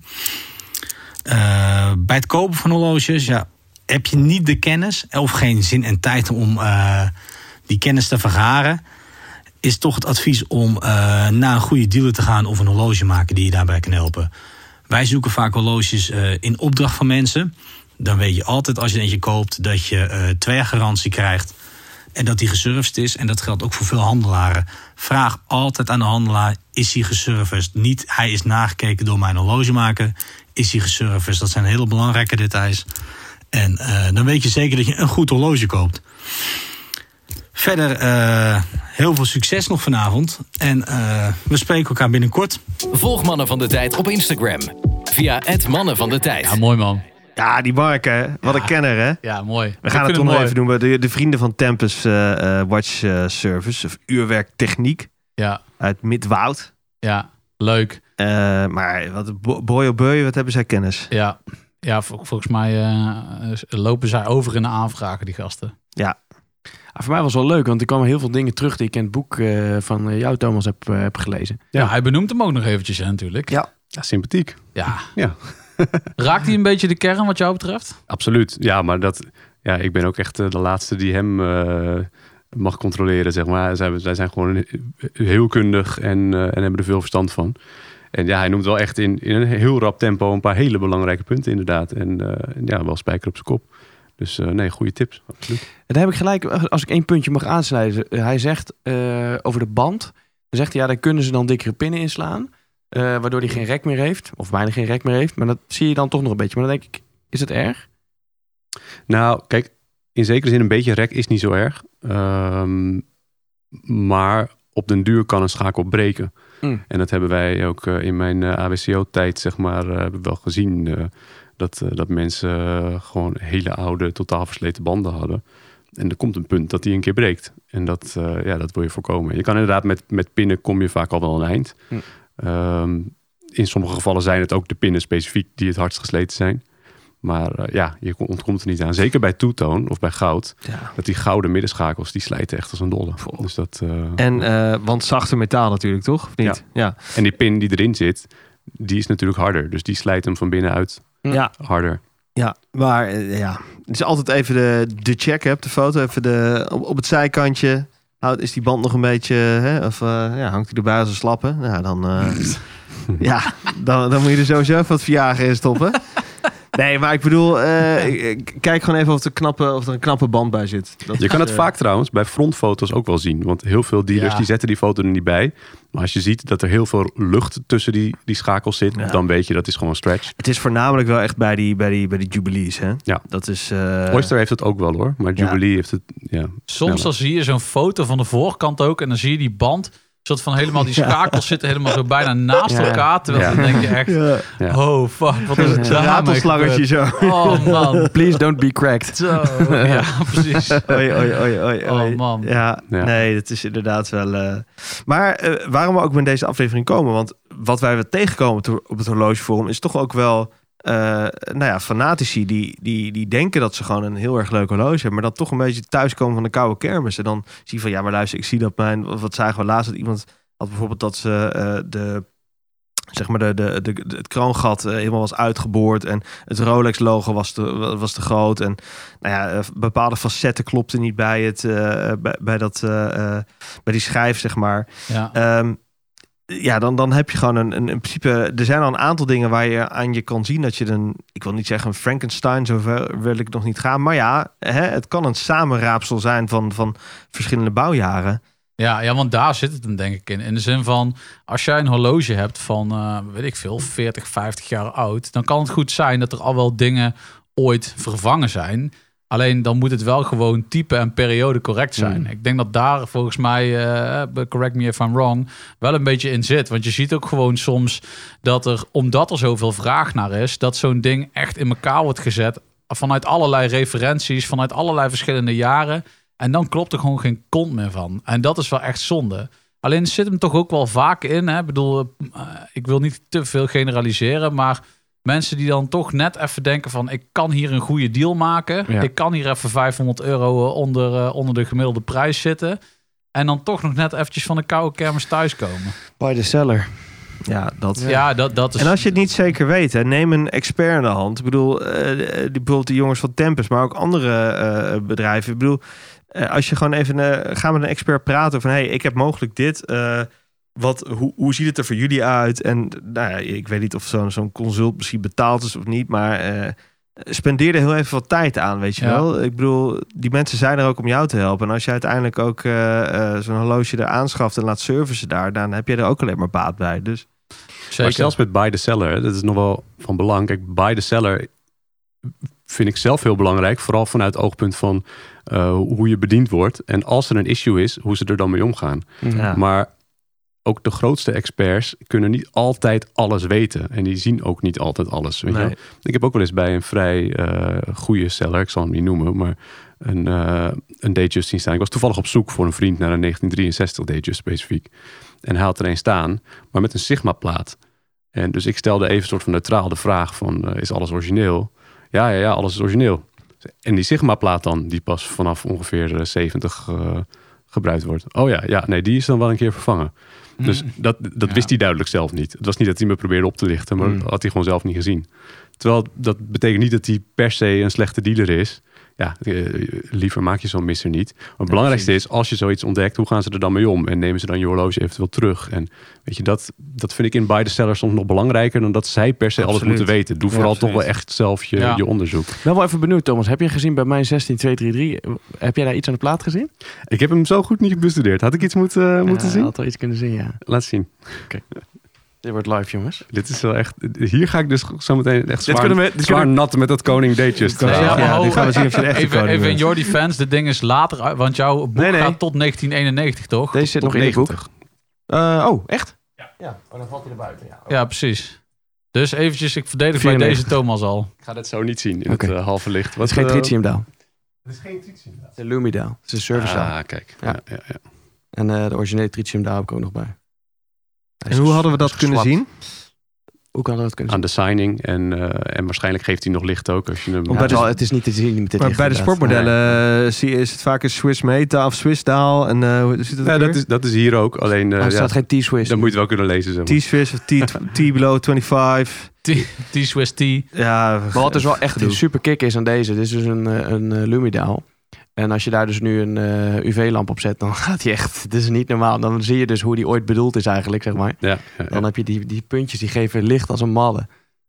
Bij het kopen van horloges, heb je niet de kennis of geen zin en tijd om die kennis te vergaren, is toch het advies om naar een goede dealer te gaan of een horlogemaker die je daarbij kan helpen. Wij zoeken vaak horloges in opdracht van mensen. Dan weet je altijd als je eentje koopt dat je 2 jaar garantie krijgt en dat die geserviced is. En dat geldt ook voor veel handelaren. Vraag altijd aan de handelaar, is hij geserviced? Niet, hij is nagekeken door mijn horlogemaker. Is hij geserviced? Dat zijn hele belangrijke details. En dan weet je zeker dat je een goed horloge koopt. Verder heel veel succes nog vanavond. En we spreken elkaar binnenkort. Volg Mannen van de Tijd op Instagram. Via @mannenvandetijd. Ja, mooi man. Ja, die Mark, hè. Wat een kenner, hè. Ja, mooi. We gaan het toch nog even doen bij de vrienden van Tempus Watch Service. Of uurwerktechniek. Ja. Uit Midwoud. Ja, leuk. Maar wat hebben zij kennis? Ja, volgens mij lopen zij over in de aanvragen, die gasten. Ja. Voor mij was het wel leuk, want ik kwam heel veel dingen terug die ik in het boek van jou, Thomas, heb gelezen. Ja, hij benoemt hem ook nog eventjes, hè, natuurlijk. Ja, sympathiek. Ja. Ja. Raakt hij een beetje de kern wat jou betreft? Absoluut. Ja, maar ik ben ook echt de laatste die hem mag controleren, zeg maar. Zij zijn gewoon heel kundig en hebben er veel verstand van. En ja, hij noemt wel echt in een heel rap tempo een paar hele belangrijke punten inderdaad. En wel spijker op zijn kop. Dus goede tips. Absoluut. En daar heb ik gelijk, als ik 1 puntje mag aansnijden. Hij zegt over de band. Dan zegt hij, daar kunnen ze dan dikkere pinnen inslaan. Waardoor hij geen rek meer heeft. Of bijna geen rek meer heeft. Maar dat zie je dan toch nog een beetje. Maar dan denk ik, is het erg? Nou, kijk, in zekere zin een beetje rek is niet zo erg. Maar op den duur kan een schakel breken. En dat hebben wij ook in mijn AWCO-tijd, zeg maar, hebben wel gezien. Dat mensen gewoon hele oude, totaal versleten banden hadden. En er komt een punt dat die een keer breekt. En dat wil je voorkomen. Je kan inderdaad met pinnen kom je vaak al wel een eind. In sommige gevallen zijn het ook de pinnen specifiek die het hardst gesleten zijn. Maar je ontkomt er niet aan. Zeker bij two-tone of bij goud. Ja. Dat die gouden middenschakels, die slijten echt als een dolle. Dus dat, want zachter metaal natuurlijk, toch? Of niet? Ja. En die pin die erin zit, die is natuurlijk harder. Dus die slijt hem van binnenuit harder. Ja, maar het is altijd even de check op de foto. Even op het zijkantje. Is die band nog een beetje... hangt hij erbij als een slappe? Nou, dan moet je er sowieso wat verjagen in stoppen. Nee, maar ik bedoel, kijk gewoon even of er een knappe band bij zit. Je kan het vaak trouwens bij frontfoto's ook wel zien. Want heel veel dealers die zetten die foto er niet bij. Maar als je ziet dat er heel veel lucht tussen die schakels zit, dan weet je dat is gewoon stretch. Het is voornamelijk wel echt bij die Jubilees, hè? Ja. Dat is... Oyster heeft het ook wel hoor, maar Jubilee heeft het... Ja, soms dan zie je zo'n foto van de voorkant ook en dan zie je die band... soort van helemaal die schakels zitten helemaal zo bijna naast elkaar. Terwijl dan denk je echt, oh fuck, wat is het een ratelslangetje zo. Oh man. Please don't be cracked. Zo, ja, precies. Oei. Oh man. Ja, nee, dat is inderdaad wel... Maar waarom we ook met deze aflevering komen, want wat wij weer tegenkomen op het horlogeforum is toch ook wel... fanatici die denken dat ze gewoon een heel erg leuk horloge hebben, maar dan toch een beetje thuiskomen van de koude kermis. En dan zie je van, ja, maar luister, ik zie dat wat zagen we laatst, dat iemand had bijvoorbeeld dat ze het kroongat helemaal was uitgeboord en het Rolex logo was te groot en bepaalde facetten klopten niet bij het bij die schijf, zeg maar. Ja. Dan heb je gewoon in principe... Er zijn al een aantal dingen waar je aan je kan zien dat je ik wil niet zeggen een Frankenstein, zover wil ik nog niet gaan. Maar ja, het kan een samenraapsel zijn van verschillende bouwjaren. Ja, want daar zit het hem denk ik in. In de zin van, als jij een horloge hebt van, 40, 50 jaar oud... dan kan het goed zijn dat er al wel dingen ooit vervangen zijn... Alleen dan moet het wel gewoon type en periode correct zijn. Ik denk dat daar volgens mij, correct me if I'm wrong, wel een beetje in zit. Want je ziet ook gewoon soms dat omdat er zoveel vraag naar is, dat zo'n ding echt in elkaar wordt gezet vanuit allerlei referenties, vanuit allerlei verschillende jaren. En dan klopt er gewoon geen kont meer van. En dat is wel echt zonde. Alleen zit hem toch ook wel vaak in. Hè? Ik bedoel, ik wil niet te veel generaliseren, maar... Mensen die dan toch net even denken van... ik kan hier een goede deal maken. Ja. Ik kan hier even €500 onder de gemiddelde prijs zitten. En dan toch nog net eventjes van de koude kermis thuiskomen. By the seller. Ja, dat. Ja, dat is... En als je het niet zeker weet, neem een expert in de hand. Ik bedoel, bijvoorbeeld de jongens van Tempus, maar ook andere bedrijven. Ik bedoel, als je gewoon even... ga met een expert praten van... ik heb mogelijk dit... hoe ziet het er voor jullie uit? En ik weet niet of zo'n consult misschien betaald is of niet, maar spendeer er heel even wat tijd aan, weet je wel. Ik bedoel, die mensen zijn er ook om jou te helpen. En als je uiteindelijk ook zo'n horloge er aanschaft en laat servicen daar, dan heb je er ook alleen maar baat bij. Dus. Zeker. Maar zelfs met buy the seller, dat is nog wel van belang. Kijk, buy the seller vind ik zelf heel belangrijk, vooral vanuit het oogpunt van hoe je bediend wordt. En als er een issue is, hoe ze er dan mee omgaan. Ja. Maar ook de grootste experts kunnen niet altijd alles weten. En die zien ook niet altijd alles. Weet je wel? Ik heb ook wel eens bij een vrij goede seller, ik zal hem niet noemen, maar een Datejust zien staan. Ik was toevallig op zoek voor een vriend naar een 1963 Datejust specifiek. En hij had er een staan, maar met een Sigma-plaat. En dus ik stelde even een soort van neutraal de vraag van, is alles origineel? Ja, alles is origineel. En die Sigma-plaat dan, die pas vanaf ongeveer 70 gebruikt wordt. Oh ja, nee, die is dan wel een keer vervangen. Dus dat wist hij duidelijk zelf niet. Het was niet dat hij me probeerde op te lichten, maar dat had hij gewoon zelf niet gezien. Terwijl dat betekent niet dat hij per se een slechte dealer is. Ja, liever maak je zo'n misser niet. Maar het belangrijkste is, als je zoiets ontdekt, hoe gaan ze er dan mee om? En nemen ze dan je horloge eventueel terug? En weet je, dat vind ik in buy the seller soms nog belangrijker dan dat zij per se alles moeten weten. Doe vooral toch wel echt zelf je onderzoek. Ik ben wel even benieuwd, Thomas. Heb je gezien bij mijn 16233? Heb jij daar iets aan de plaat gezien? Ik heb hem zo goed niet bestudeerd. Had ik iets moeten zien? Ik had wel iets kunnen zien, ja. Laat zien. Okay. Dit wordt live, jongens. Dit is wel echt... Hier ga ik dus zo meteen echt zwaar nat met dat koning Datejust. Die gaan we zien of je echt even in your defense, dit ding is later uit, want jouw boek gaat tot 1991, toch? Deze zit nog in het boek. Echt? Ja. Dan valt hij er buiten. Ja, precies. Dus eventjes, ik verdedig bij deze Thomas al. Ik ga dat zo niet zien in het halve licht. Het is geen tritiumdaal. Het is geen tritiumdaal. Het is een Lumidaal. Het is een servicedaal. Ah, kijk. Ja. En de originele tritiumdaal heb ik ook nog bij. En hoe hadden we dat kunnen zien? Hoe kan dat kunnen zien? Aan de signing. En waarschijnlijk geeft hij nog licht ook. Als je hem... het is niet te zien met dit maar licht. Bij de sportmodellen is het vaak een Swiss Meta of Swiss daal. En dat is hier ook. Alleen er staat geen T-Swiss. Dan moet je het wel kunnen lezen. Zeg maar. T-Swiss of T-below 25. T-Swiss T. Ja. Maar wat dus wel echt een super kick is aan deze. Dit is dus een Lumidaal. En als je daar dus nu een UV-lamp op zet, dan gaat hij echt... Het is niet normaal. Dan zie je dus hoe die ooit bedoeld is eigenlijk, zeg maar. Ja. Dan heb je die puntjes, die geven licht als een malle.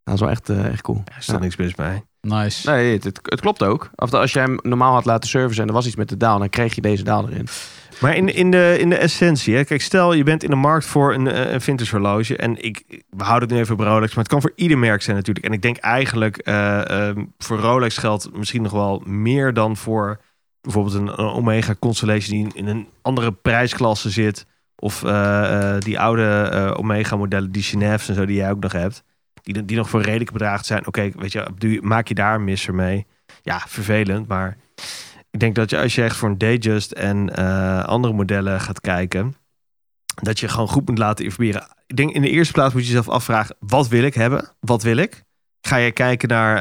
Dat is wel echt cool. Er is toch niks mis bij. Nice. Nee, het klopt ook. Of als jij hem normaal had laten servicen en er was iets met de daal, dan kreeg je deze daal erin. Maar in de essentie, hè? Kijk, stel je bent in de markt voor een vintage horloge. En we houden het nu even op Rolex, maar het kan voor ieder merk zijn natuurlijk. En ik denk eigenlijk voor Rolex geldt misschien nog wel meer dan voor bijvoorbeeld een Omega Constellation die in een andere prijsklasse zit. Of die oude Omega modellen, die Genève's en zo die jij ook nog hebt. Die nog voor redelijke bedragen zijn. Oké, weet je, maak je daar een misser mee? Ja, vervelend, maar ik denk dat als je echt voor een Datejust en andere modellen gaat kijken, dat je gewoon goed moet laten informeren. Ik denk in de eerste plaats moet je jezelf afvragen, wat wil ik hebben? Wat wil ik? Ga je kijken naar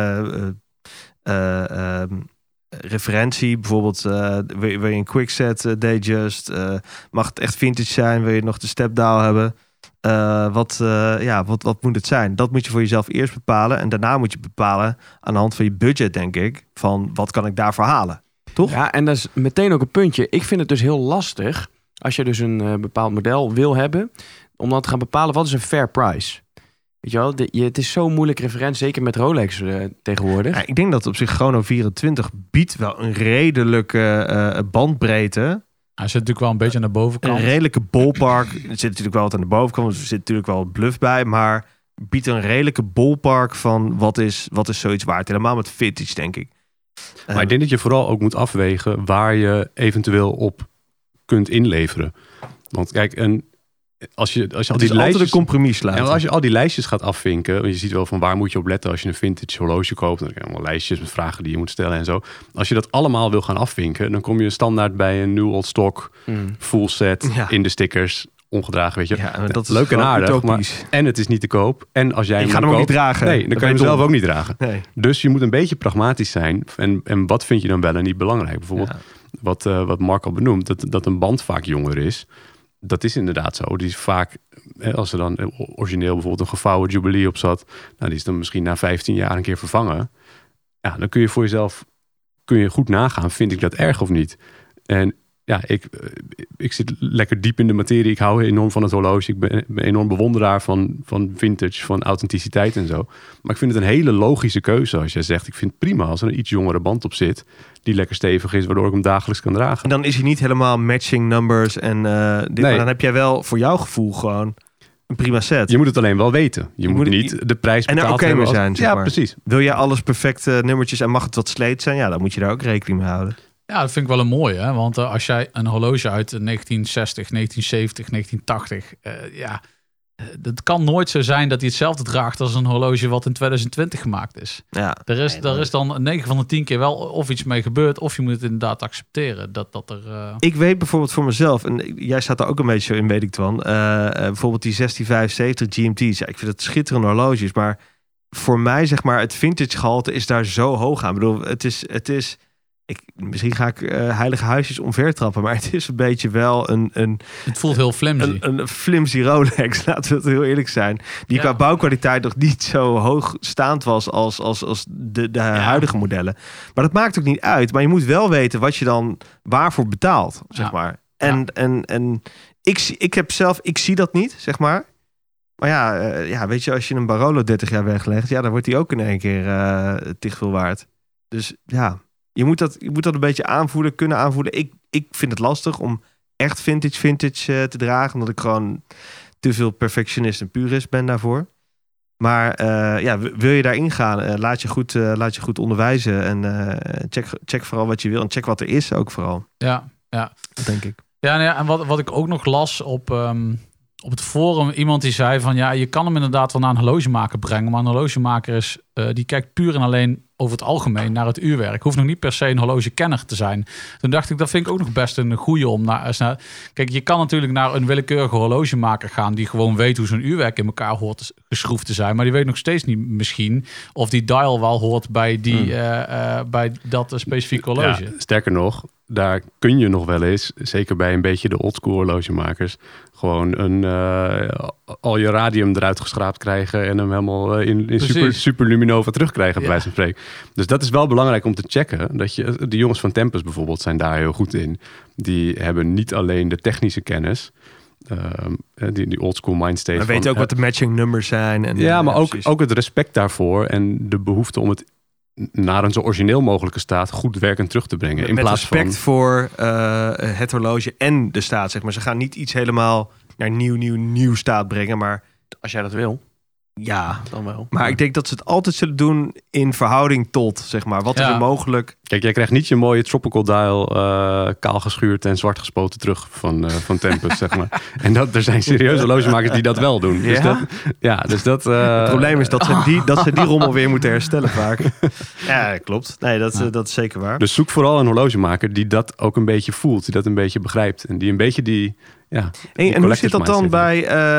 referentie, bijvoorbeeld wil je een quickset Datejust? Mag het echt vintage zijn? Wil je nog de stepdial hebben? Wat moet het zijn? Dat moet je voor jezelf eerst bepalen. En daarna moet je bepalen aan de hand van je budget, denk ik, van wat kan ik daarvoor halen? Toch? Ja, en dat is meteen ook een puntje. Ik vind het dus heel lastig als je dus een bepaald model wil hebben, om dan te gaan bepalen wat is een fair price. Weet je wel, het is zo'n moeilijk referent, zeker met Rolex tegenwoordig. Ja, ik denk dat op zich Chrono 24 biedt wel een redelijke bandbreedte. Hij zit natuurlijk wel een beetje aan de bovenkant. Een redelijke ballpark. Er zit natuurlijk wel wat aan de bovenkant. Dus er zit natuurlijk wel wat bluff bij. Maar biedt een redelijke ballpark van wat is zoiets waard. Helemaal met vintage, denk ik. Maar ik denk dat je vooral ook moet afwegen waar je eventueel op kunt inleveren. Want kijk, als je al die lijstjes, een compromis sluiten. En als je al die lijstjes gaat afvinken, want je ziet wel van waar moet je op letten als je een vintage horloge koopt. Dan heb je allemaal lijstjes met vragen die je moet stellen en zo. Als je dat allemaal wil gaan afvinken, dan kom je standaard bij een new old stock, full set, in de stickers, ongedragen, weet je. Ja, dat is leuk en aardig, maar en het is niet te koop. En als jij ik ga hem ook niet dragen. Nee, dan kan je hem zelf ook niet dragen. Nee. Dus je moet een beetje pragmatisch zijn. En wat vind je dan wel en niet belangrijk? Bijvoorbeeld wat Mark al benoemt, dat een band vaak jonger is. Dat is inderdaad zo. Die is vaak, als er dan origineel bijvoorbeeld een gevouwen Jubilee op zat, nou, die is dan misschien na 15 jaar een keer vervangen. Ja, dan kun je voor jezelf goed nagaan, vind ik dat erg of niet? En ja, ik zit lekker diep in de materie. Ik hou enorm van het horloge. Ik ben enorm bewonderaar van vintage, van authenticiteit en zo. Maar ik vind het een hele logische keuze als jij zegt, ik vind het prima als er een iets jongere band op zit, die lekker stevig is, waardoor ik hem dagelijks kan dragen. En dan is hij niet helemaal matching numbers en dit, maar dan heb jij wel voor jouw gevoel gewoon een prima set. Je moet het alleen wel weten. Je moet niet de prijs betaald hebben. En er oké mee zijn, ja, precies. Wil jij alles perfecte nummertjes en mag het wat sleet zijn? Ja, dan moet je daar ook rekening mee houden. Ja, dat vind ik wel een mooie. Hè? Want als jij een horloge uit 1960, 1970, 1980... het kan nooit zo zijn dat hij hetzelfde draagt als een horloge wat in 2020 gemaakt is. Ja, er is dan 9 van de 10 keer wel of iets mee gebeurd, of je moet het inderdaad accepteren. Ik weet bijvoorbeeld voor mezelf, en jij staat daar ook een beetje in, weet ik dan. Bijvoorbeeld die 1675 GMT's. Ja, ik vind het schitterende horloges, maar voor mij, zeg maar, het vintage gehalte is daar zo hoog aan. Ik bedoel, het is misschien ga ik heilige huisjes omvertrappen, maar het is een beetje wel een het voelt heel flimsy. Een flimsy Rolex, laten we het heel eerlijk zijn. Die qua bouwkwaliteit nog niet zo hoogstaand was als de huidige modellen. Maar dat maakt ook niet uit. Maar je moet wel weten wat je dan waarvoor betaalt, zeg maar. En ik zie dat niet, zeg maar. Maar weet je, als je een Barolo 30 jaar weglegt, dan wordt die ook in één keer tig veel waard. Dus ja, je moet dat een beetje kunnen aanvoelen. Ik vind het lastig om echt vintage te dragen, omdat ik gewoon te veel perfectionist en purist ben daarvoor. Maar wil je daarin gaan, laat je goed onderwijzen en check vooral wat je wil en check wat er is ook vooral. Ja. Dat denk ik. Ja, en wat ik ook nog las op het forum, iemand die zei van je kan hem inderdaad wel naar een horlogemaker brengen, maar een horlogemaker die kijkt puur en alleen over het algemeen naar het uurwerk. Hoeft nog niet per se een horlogekenner te zijn. Toen dacht ik, dat vind ik ook nog best een goeie om naar. Kijk, je kan natuurlijk naar een willekeurige horlogemaker gaan die gewoon weet hoe zo'n uurwerk in elkaar hoort geschroefd te zijn, maar die weet nog steeds niet misschien of die dial wel hoort bij bij dat specifieke horloge. Ja, sterker nog, daar kun je nog wel eens, zeker bij een beetje de oldschool horlogemakers, gewoon al je radium eruit geschraapt krijgen en hem helemaal in super luminova terugkrijgen, bij wijze van spreken. Dus dat is wel belangrijk om te checken. De jongens van Tempus bijvoorbeeld zijn daar heel goed in. Die hebben niet alleen de technische kennis, Die old school mindstate. We weten ook wat de matching nummers zijn. En, maar ook het respect daarvoor en de behoefte om het naar een zo origineel mogelijke staat goed werkend terug te brengen. In met plaats respect van voor het horloge en de staat, zeg maar. Ze gaan niet iets helemaal naar nieuw staat brengen, maar Als jij dat wil, ja, dan wel. maar ik denk dat ze het altijd zullen doen in verhouding tot, zeg maar. Wat is er mogelijk? Kijk, jij krijgt niet je mooie tropical dial kaal geschuurd en zwart gespoten terug van Tempus, zeg maar. En er zijn serieuze horlogemakers die dat wel doen. Dus dat, Het probleem is dat ze die rommel weer moeten herstellen vaak. Ja, klopt. Nee, dat is zeker waar. Dus zoek vooral een horlogemaker die dat ook een beetje voelt, die dat een beetje begrijpt en die een beetje die en hoe zit dat dan bij...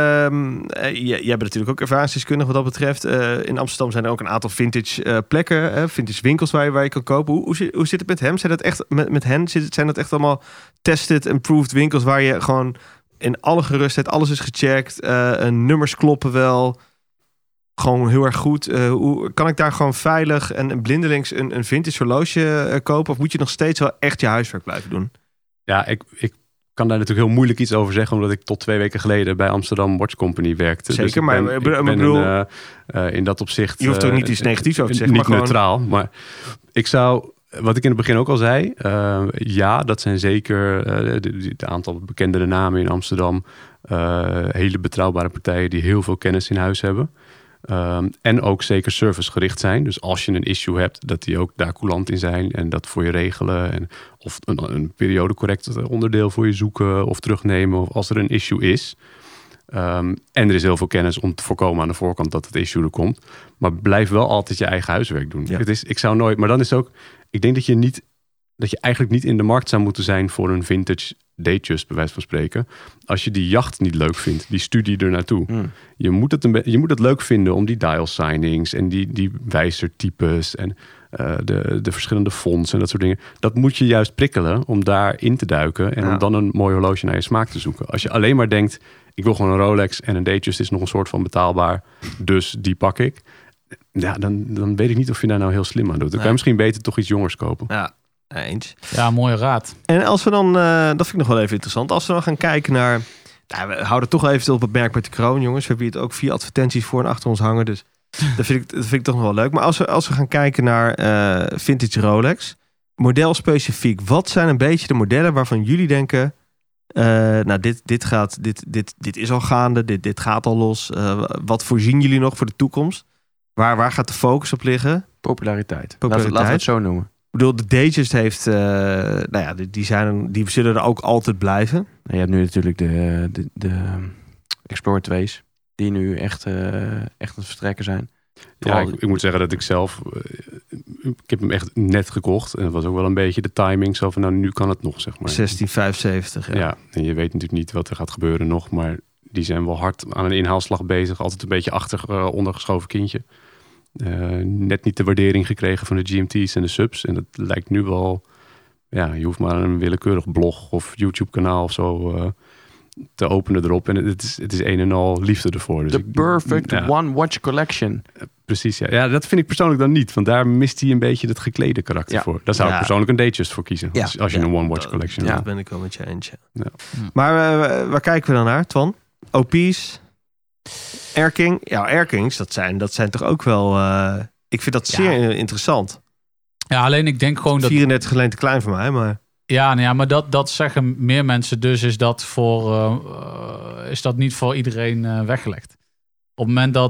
jij bent natuurlijk ook ervaringsdeskundig wat dat betreft. In Amsterdam zijn er ook een aantal vintage plekken, vintage winkels waar je kan kopen. Hoe zit het met hem? Zijn dat echt met hen? Zijn dat echt allemaal tested and proved winkels waar je gewoon in alle gerustheid alles is gecheckt, nummers kloppen wel, gewoon heel erg goed. Hoe kan ik daar gewoon veilig en blindelings een vintage horloge kopen? Of moet je nog steeds wel echt je huiswerk blijven doen? Ja, ik kan daar natuurlijk heel moeilijk iets over zeggen, omdat ik tot 2 weken geleden bij Amsterdam Watch Company werkte. Zeker, dus maar ik bedoel, in dat opzicht... Je hoeft er niet iets negatiefs over te zeggen. Niet maar neutraal, maar ik zou... Wat ik in het begin ook al zei, dat zijn zeker de aantal bekendere namen in Amsterdam. Hele betrouwbare partijen die heel veel kennis in huis hebben. En ook zeker servicegericht zijn. Dus als je een issue hebt, dat die ook daar coulant in zijn en dat voor je regelen. Of een periodecorrect onderdeel voor je zoeken of terugnemen of als er een issue is. En er is heel veel kennis om te voorkomen aan de voorkant dat het issue er komt. Maar blijf wel altijd je eigen huiswerk doen. Ja. Ik zou nooit, maar dan is ook, ik denk dat je eigenlijk niet in de markt zou moeten zijn voor een vintage Datejust, bij wijze van spreken. Als je die jacht niet leuk vindt, die studie er naartoe. Je moet het leuk vinden om die dial signings en die wijzertypes en de verschillende fonts en dat soort dingen. Dat moet je juist prikkelen om daarin te duiken en om dan een mooi horloge naar je smaak te zoeken. Als je alleen maar denkt, ik wil gewoon een Rolex en een Datejust is nog een soort van betaalbaar, dus die pak ik. Ja, dan weet ik niet of je daar nou heel slim aan doet. Dan kan je misschien beter toch iets jongers kopen. Ja, eens. Ja, mooie raad. En als we dan, dat vind ik nog wel even interessant, als we dan gaan kijken naar, we houden toch even stil op het merk met de kroon, jongens. We hebben hier ook 4 advertenties voor en achter ons hangen, dus dat vind ik toch nog wel leuk. Maar als we gaan kijken naar vintage Rolex, modelspecifiek, wat zijn een beetje de modellen waarvan jullie denken, dit is al gaande, dit gaat al los. Wat voorzien jullie nog voor de toekomst? Waar gaat de focus op liggen? Populariteit. Laten we het zo noemen. Ik bedoel, de Datejust heeft, die zullen er ook altijd blijven. Je hebt nu natuurlijk de Explorer 2's, die nu echt aan het vertrekken zijn. Ja, ik moet zeggen dat ik zelf, ik heb hem echt net gekocht. En dat was ook wel een beetje de timing. Zo van, nu kan het nog, zeg maar. 1675, ja. En je weet natuurlijk niet wat er gaat gebeuren nog. Maar die zijn wel hard aan een inhaalslag bezig. Altijd een beetje ondergeschoven kindje. Net niet de waardering gekregen van de GMT's en de subs. En dat lijkt nu wel, je hoeft maar een willekeurig blog of YouTube kanaal of zo te openen erop. En het is een en al liefde ervoor. Dus The perfect one watch collection. Precies, ja. Ja, dat vind ik persoonlijk dan niet. Want daar mist hij een beetje het geklede karakter voor. Daar zou ik persoonlijk een Datejust voor kiezen. Ja. Als je een one watch collection hebt. Dat ben ik wel met je eens. Ja. Maar waar kijken we dan naar, Twan? OP's? Erking? Ja, Erkings, dat zijn toch ook wel... ik vind dat zeer interessant. Ja, alleen ik denk gewoon 34 alleen te klein voor mij, maar... Ja, maar dat zeggen meer mensen dus. Is dat niet voor iedereen weggelegd? Op het moment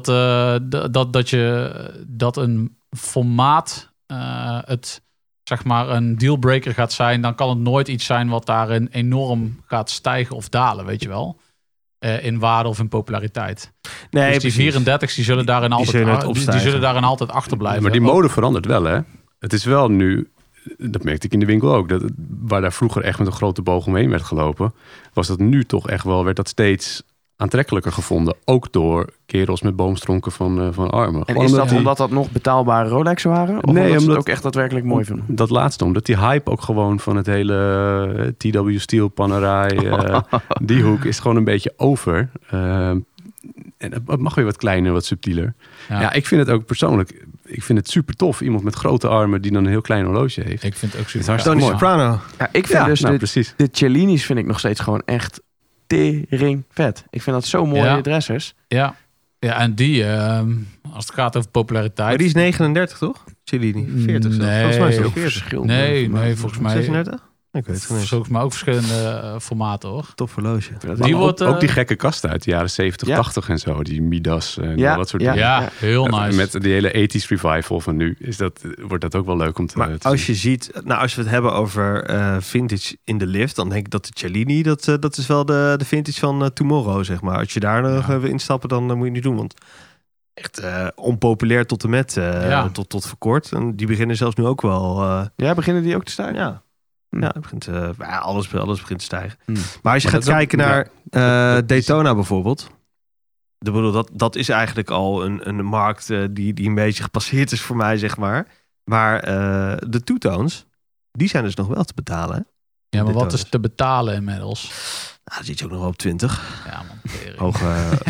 dat een formaat het zeg maar een dealbreaker gaat zijn, dan kan het nooit iets zijn wat daarin enorm gaat stijgen of dalen, weet je wel. In waarde of in populariteit. Nee, dus die 34's die zullen daarin altijd achterblijven. Ja, maar die mode verandert wel, hè? Het is wel nu, dat merkte ik in de winkel ook, waar daar vroeger echt met een grote boog omheen werd gelopen, was dat nu toch echt wel, werd dat steeds aantrekkelijker gevonden. Ook door kerels met boomstronken van armen. En is dat omdat dat nog betaalbare Rolex waren? Of omdat ze het ook echt daadwerkelijk mooi vinden? Dat laatste, omdat die hype ook gewoon van het hele TW Steel, Panerai, die hoek is gewoon een beetje over. En het mag weer wat kleiner, wat subtieler. Ja, ik vind het ook persoonlijk, ik vind het super tof. Iemand met grote armen die dan een heel klein horloge heeft. Ik vind het ook super Tony Soprano. Ja, ik vind de Cellini's vind ik nog steeds gewoon echt tering vet. Ik vind dat zo mooie dressers. Ja, en die, als het gaat over populariteit... Maar die is 39, toch? Cellini, 40 zelfs. Volgens mij is het 40. Nee, volgens mij... 36? Ik weet het niet. Volgens mij ook verschillende formaten, hoor. Tof horloge. Die wordt, ook die gekke kasten uit de jaren 70, 80 en zo. Die Midas en dat soort dingen. Ja, heel nice. Met die hele 80s revival van nu wordt dat ook wel leuk om te Maar als je ziet, als we het hebben over vintage in de lift, dan denk ik dat de Cellini, dat is wel de vintage van Tomorrow, zeg maar. Als je daar nog even instappen, dan moet je het niet doen. Want echt onpopulair tot en met tot voor kort. En die beginnen zelfs nu ook wel... beginnen die ook te stijgen? Ja. Ja, het begint, alles begint te stijgen. Maar als je gaat kijken naar Daytona bijvoorbeeld. Dat is eigenlijk al een markt die een beetje gepasseerd is voor mij, zeg maar. Maar de two-tones, die zijn dus nog wel te betalen. Hè? Ja, maar wat is te betalen inmiddels? Dat zit je ook nog wel op 20. Ja, man. Hoge...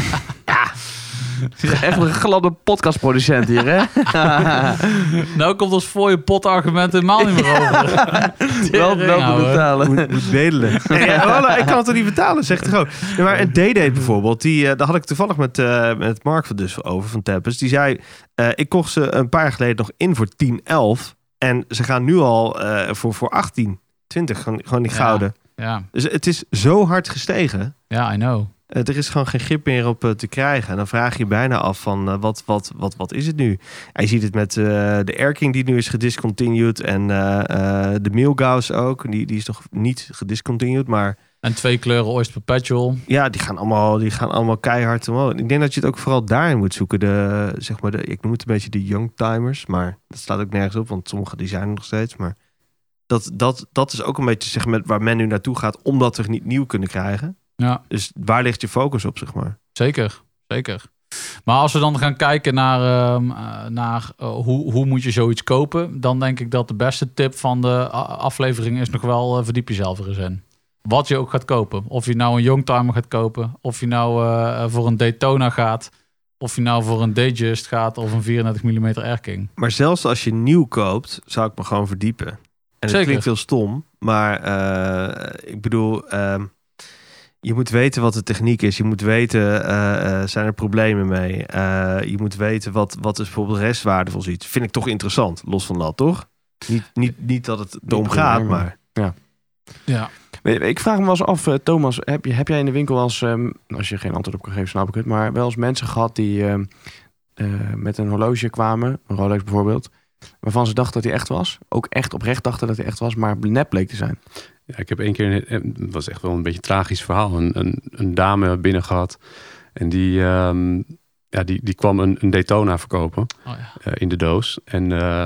Echt een gladde podcastproducent hier, hè? Nou komt ons voor je pot argument helemaal niet meer over. Wel te betalen. Moet bedelen. Ik kan het er niet betalen, zegt hij gewoon. Ja, maar een D-Date bijvoorbeeld, daar had ik toevallig met Mark dus over van Tempest. Die zei, ik kocht ze een paar jaar geleden nog in voor 10-11. En ze gaan nu al voor 18-20, gewoon die gouden. Ja. Dus het is zo hard gestegen. Ja, I know. Er is gewoon geen grip meer op te krijgen. En dan vraag je je bijna af van wat is het nu? En je ziet het met de Erking die nu is gediscontinued. En de Milgauss ook. Die is nog niet gediscontinued, maar... En 2 kleuren Oyster Perpetual. Ja, die gaan allemaal keihard omhoog. Ik denk dat je het ook vooral daarin moet zoeken. Ik noem het een beetje de youngtimers. Maar dat staat ook nergens op, want sommige die zijn er nog steeds. Maar dat is ook een beetje zeg maar, waar men nu naartoe gaat, omdat we niet nieuw kunnen krijgen. Ja. Dus waar ligt je focus op, zeg maar? Zeker. Maar als we dan gaan kijken naar hoe moet je zoiets kopen, dan denk ik dat de beste tip van de aflevering is nog wel verdiep jezelf er eens in. Wat je ook gaat kopen. Of je nou een Youngtimer gaat kopen, of je nou voor een Daytona gaat, of je nou voor een Datejust gaat of een 34 mm Erking. Maar zelfs als je nieuw koopt, zou ik me gewoon verdiepen. En het klinkt veel stom, maar ik bedoel... je moet weten wat de techniek is. Je moet weten, zijn er problemen mee? Je moet weten wat is bijvoorbeeld restwaarde voor iets. Vind ik toch interessant, los van dat, toch? Niet dat het erom gaat, maar... Ja. Ik vraag me wel eens af, Thomas, heb jij in de winkel als je geen antwoord op kan geven, snap ik het, maar wel eens mensen gehad die met een horloge kwamen, een Rolex bijvoorbeeld, waarvan ze dachten dat hij echt was. Ook echt oprecht dachten dat hij echt was, maar nep bleek te zijn. Ja, ik heb 1 keer, het was echt wel een beetje een tragisch verhaal, een dame binnen gehad. En die kwam een Daytona verkopen in de doos. En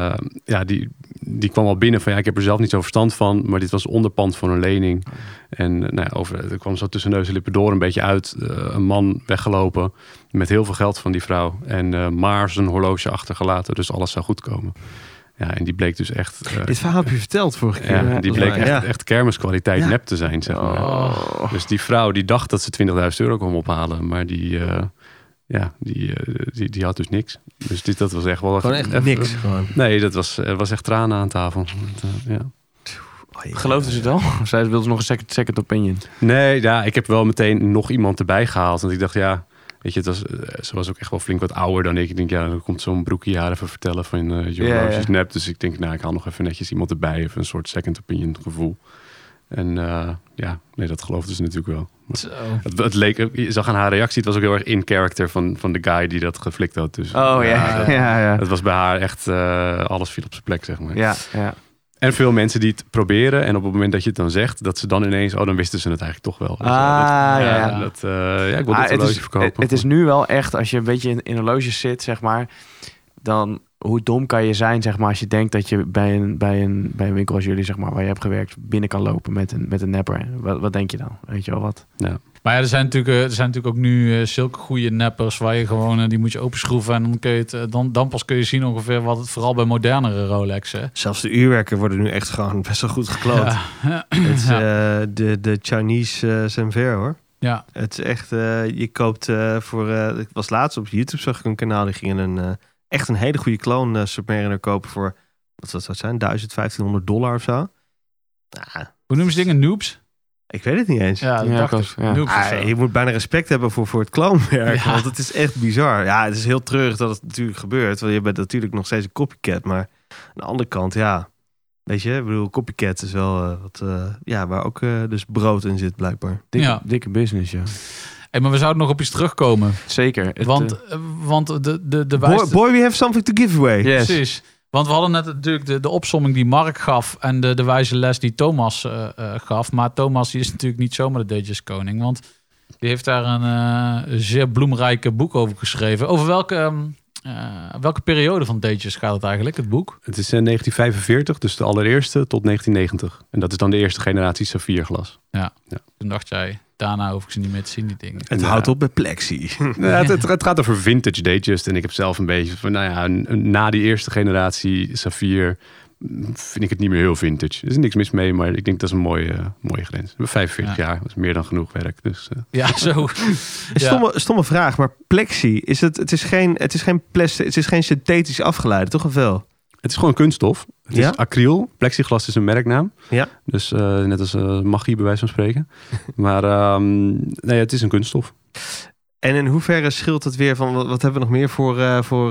die kwam al binnen van ik heb er zelf niet zo verstand van, maar dit was onderpand van een lening. En er kwam zo tussen neus en lippen door een beetje uit. Een man weggelopen met heel veel geld van die vrouw. En maar zijn horloge achtergelaten, dus alles zou goed komen. Ja, en die bleek dus echt... Dit verhaal heb je verteld vorige keer. Ja, die bleek echt kermiskwaliteit nep te zijn, zeg maar. Oh. Dus die vrouw die dacht dat ze €20.000 kon ophalen, maar die had dus niks. Dus dat was echt wel... Gewoon echt niks. Gewoon. Nee, dat was echt tranen aan tafel. Geloofde ze het wel? Of zij wilde ze nog een second opinion? Nee, ik heb wel meteen nog iemand erbij gehaald. Want ik dacht, weet je, ze was ook echt wel flink wat ouder dan ik. Ik denk, dan komt zo'n broekje haar even vertellen van je horloge is nep. Dus ik denk, ik haal nog even netjes iemand erbij. Even een soort second opinion gevoel. En dat geloofde ze natuurlijk wel. Het leek, je zag aan haar reactie, het was ook heel erg in character van de guy die dat geflikt had. Dus, het was bij haar echt, alles viel op zijn plek, zeg maar. Ja. En veel mensen die het proberen en op het moment dat je het dan zegt, dat ze dan ineens, dan wisten ze het eigenlijk toch wel. Ik wil dit horloge verkopen. Het is nu wel echt, als je een beetje in horloges zit, zeg maar, dan hoe dom kan je zijn, zeg maar, als je denkt dat je bij een winkel als jullie, zeg maar, waar je hebt gewerkt, binnen kan lopen met een nepper. Wat denk je dan? Weet je wel wat? Ja. Maar er zijn natuurlijk ook nu zulke goede neppers waar je gewoon, die moet je openschroeven en dan kun je dan pas kun je zien ongeveer wat het, vooral bij modernere Rolexen. Zelfs de uurwerken worden nu echt gewoon best wel goed gekloot. Ja. Het is de Chinese Senver, hoor. Ja. Het is echt, je koopt ik was laatst op YouTube, zag ik een kanaal, die gingen echt een hele goede kloon Submariner kopen voor, wat zou het zijn, $1,500 of zo. Hoe noemen ze dingen? Noobs? Ik weet het niet eens. Ja, dat Ja, dacht Kos, ik. ja. Noobs of zo. Je moet bijna respect hebben voor het kloonwerk. Ja. Want het is echt bizar. Ja, het is heel treurig dat het natuurlijk gebeurt. Want je bent natuurlijk nog steeds een copycat. Maar aan de andere kant, ja. Weet je, ik bedoel, copycat is wel waar ook dus brood in zit, blijkbaar. Dikke business, ja. Hey, maar we zouden nog op iets terugkomen. Zeker. Want de Boy, we have something to give away. Yes. Precies. Want we hadden net natuurlijk de opsomming die Mark gaf en de wijze les die Thomas gaf. Maar Thomas die is natuurlijk niet zomaar de Datejust koning. Want die heeft daar een zeer bloemrijke boek over geschreven. Over welke periode van Datejust gaat het eigenlijk, het boek? Het is 1945, dus de allereerste tot 1990. En dat is dan de eerste generatie saffierglas. Toen dacht jij, daarna hoef ik ze niet meer te zien, die dingen. Het houdt op met Plexi. Het gaat over vintage Datejust. En ik heb zelf een beetje van, na die eerste generatie saffier vind ik het niet meer heel vintage. Er is niks mis mee, maar ik denk dat is een mooie grens. We hebben 45 jaar, dat is meer dan genoeg werk. Dus, Ja, zo. Stomme vraag, maar Plexi, het is geen plastic, het is geen synthetisch afgeleide, toch of wel? Het is gewoon kunststof. Het Ja? is acryl. Plexiglas is een merknaam. Ja. Dus net als magie bij wijze van spreken. Maar nee, het is een kunststof. En in hoeverre scheelt het weer van, wat hebben we nog meer voor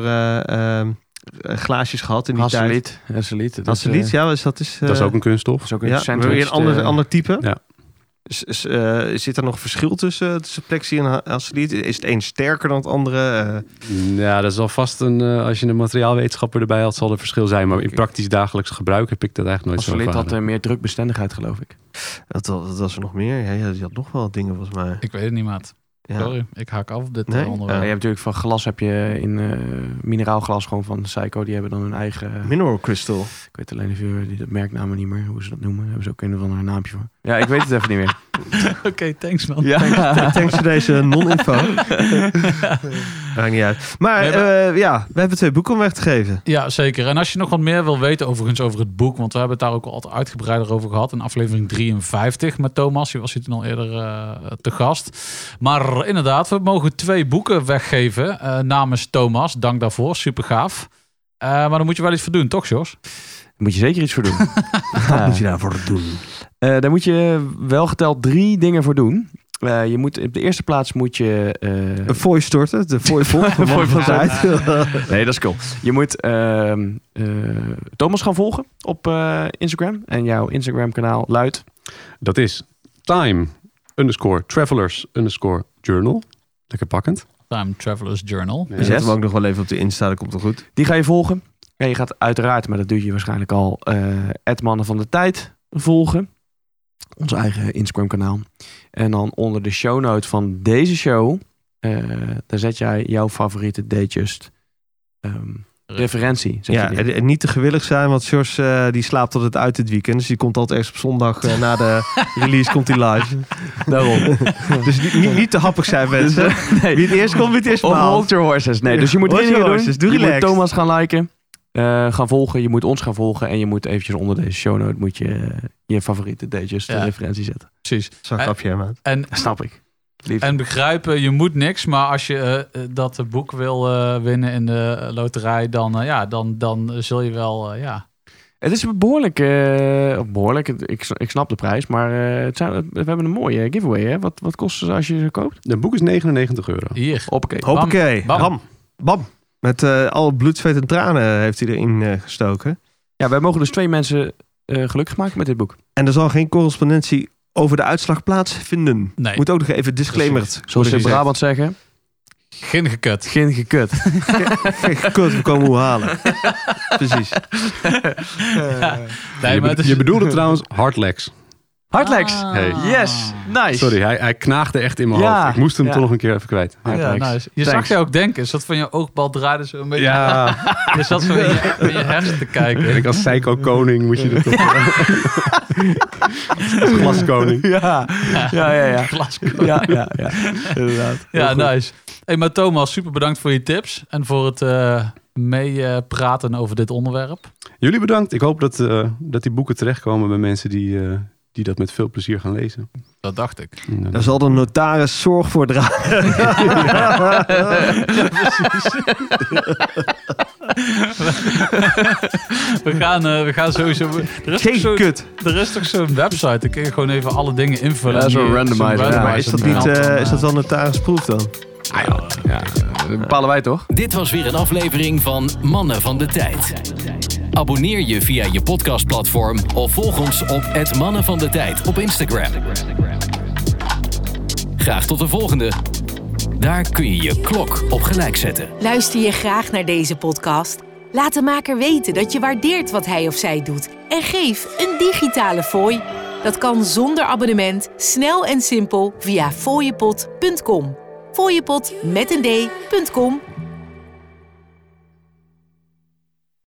glaasjes gehad in die tijd? Hasseliet. Hasseliet, ja, dus dat is... Dat is ook een kunststof. Dat is ook een ja, sandwich, weer een ander type? Ja. Zit er nog verschil tussen Plexi en Hasseliet? Is het een sterker dan het andere? Ja, dat is alvast als je een materiaalwetenschapper erbij had, zal er verschil zijn. Maar in praktisch dagelijks gebruik heb ik dat eigenlijk nooit zo Hasseliet ervaren. had meer drukbestendigheid, geloof ik. Dat was er nog meer. Ja, die had nog wel dingen volgens mij. Ik weet het niet, maat. Ja. Sorry, ik haak af op dit Nee? onderwerp. Je hebt natuurlijk van glas heb je in mineraalglas gewoon van Seiko. Die hebben dan hun eigen... Mineral Crystal. Ik weet alleen even de merknamen niet meer, hoe ze dat noemen. Daar hebben ze ook een of ander naampje voor. Ja, ik weet het even niet meer. Oké, thanks man. Ja. Thanks voor deze non-info. Maakt niet uit. Maar we hebben 2 boeken om weg te geven. Ja, zeker. En als je nog wat meer wil weten overigens over het boek, want we hebben het daar ook al altijd uitgebreider over gehad in aflevering 53 met Thomas. Die was hier toen al eerder te gast. Maar inderdaad, we mogen 2 boeken weggeven namens Thomas. Dank daarvoor, super gaaf. Maar dan moet je wel iets voor doen, toch Jos? Daar moet je zeker iets voor doen. Wat moet je daarvoor doen? Daar moet je wel geteld 3 dingen voor doen. Je moet op de eerste plaats moet je... Een fooi storten. De fooi vol. Nee, dat is cool. Je moet Thomas gaan volgen op Instagram. En jouw Instagram kanaal luidt... Dat is time_travelers_journal. Lekker pakkend. Time Travelers Journal. We zetten hem ook nog wel even op de Insta. Dat komt wel goed. Die ga je volgen. En je gaat uiteraard, maar dat doe je waarschijnlijk al... Mannen van de Tijd volgen. Ons eigen Instagram kanaal. En dan onder de shownote van deze show... daar zet jij jouw favoriete Datejust referentie. Zet Ja, je die. en niet te gewillig zijn, want Jos die slaapt altijd uit dit weekend. Dus die komt altijd eerst op zondag na de release komt hij live. Daarom. Dus niet te happig zijn, mensen. Nee. Wie het eerst komt, wie het eerst Of maalt. hold your horses. Nee, dus je moet Hold dingen your doen. horses. Doe Je moet relaxed. Thomas gaan liken. Gaan volgen. Je moet ons gaan volgen. En je moet eventjes onder deze shownote moet je favoriete Datejust referentie zetten. Precies. Zo'n grapje, maat. En Snap ik. Lief. En begrijpen, je moet niks. Maar als je dat boek wil winnen in de loterij, dan zul je wel, Het is behoorlijk. Ik snap de prijs. Maar we hebben een mooie giveaway. Hè? Wat kost het als je ze koopt? Het boek is €99. Hier. Hoppakee. Bam. Bam. Bam. Met al bloed, zweet en tranen heeft hij erin gestoken. Ja, wij mogen dus 2 mensen gelukkig maken met dit boek. En er zal geen correspondentie over de uitslag plaatsvinden. Nee. Moet ook nog even disclaimerd. Zoals ze in Brabant zeggen. Geen gekut. Geen gekut. Kut, we komen hoe halen. Precies. Nee, maar het is... Je bedoelde trouwens hardlegs. Hardlegs. Hey. Yes. Nice. Sorry, hij knaagde echt in mijn Ja. hoofd. Ik moest hem Ja. toch nog een keer even kwijt. Ja, Hardlegs. nice. Je Thanks. zag je ook denken. Zat van je oogbal draaide zo een beetje. Ja, Je zat zo in je hersen te kijken. en ik als Seiko-koning moet je er toch... als glaskoning. Ja. Glaskoning. Ja. Inderdaad. Ja, nice. Hey, maar Thomas, super bedankt voor je tips. En voor het meepraten over dit onderwerp. Jullie bedankt. Ik hoop dat die boeken terechtkomen bij mensen die dat met veel plezier gaan lezen. Dat dacht ik. En, Daar zal de notaris zorg voor dragen. We gaan sowieso... Geen kut. Er is toch zo'n website, dan kun je gewoon even alle dingen invullen. Ja, zo'n randomizer. Ja, Maar is dat wel notarisch proof dan? Dat bepalen wij toch? Dit was weer een aflevering van Mannen van de Tijd. Abonneer je via je podcastplatform of volg ons op @mannenvandetijd op Instagram. Graag tot de volgende. Daar kun je je klok op gelijk zetten. Luister je graag naar deze podcast? Laat de maker weten dat je waardeert wat hij of zij doet. En geef een digitale fooi. Dat kan zonder abonnement, snel en simpel via fooiepot.com. Fooiepot met een d.com.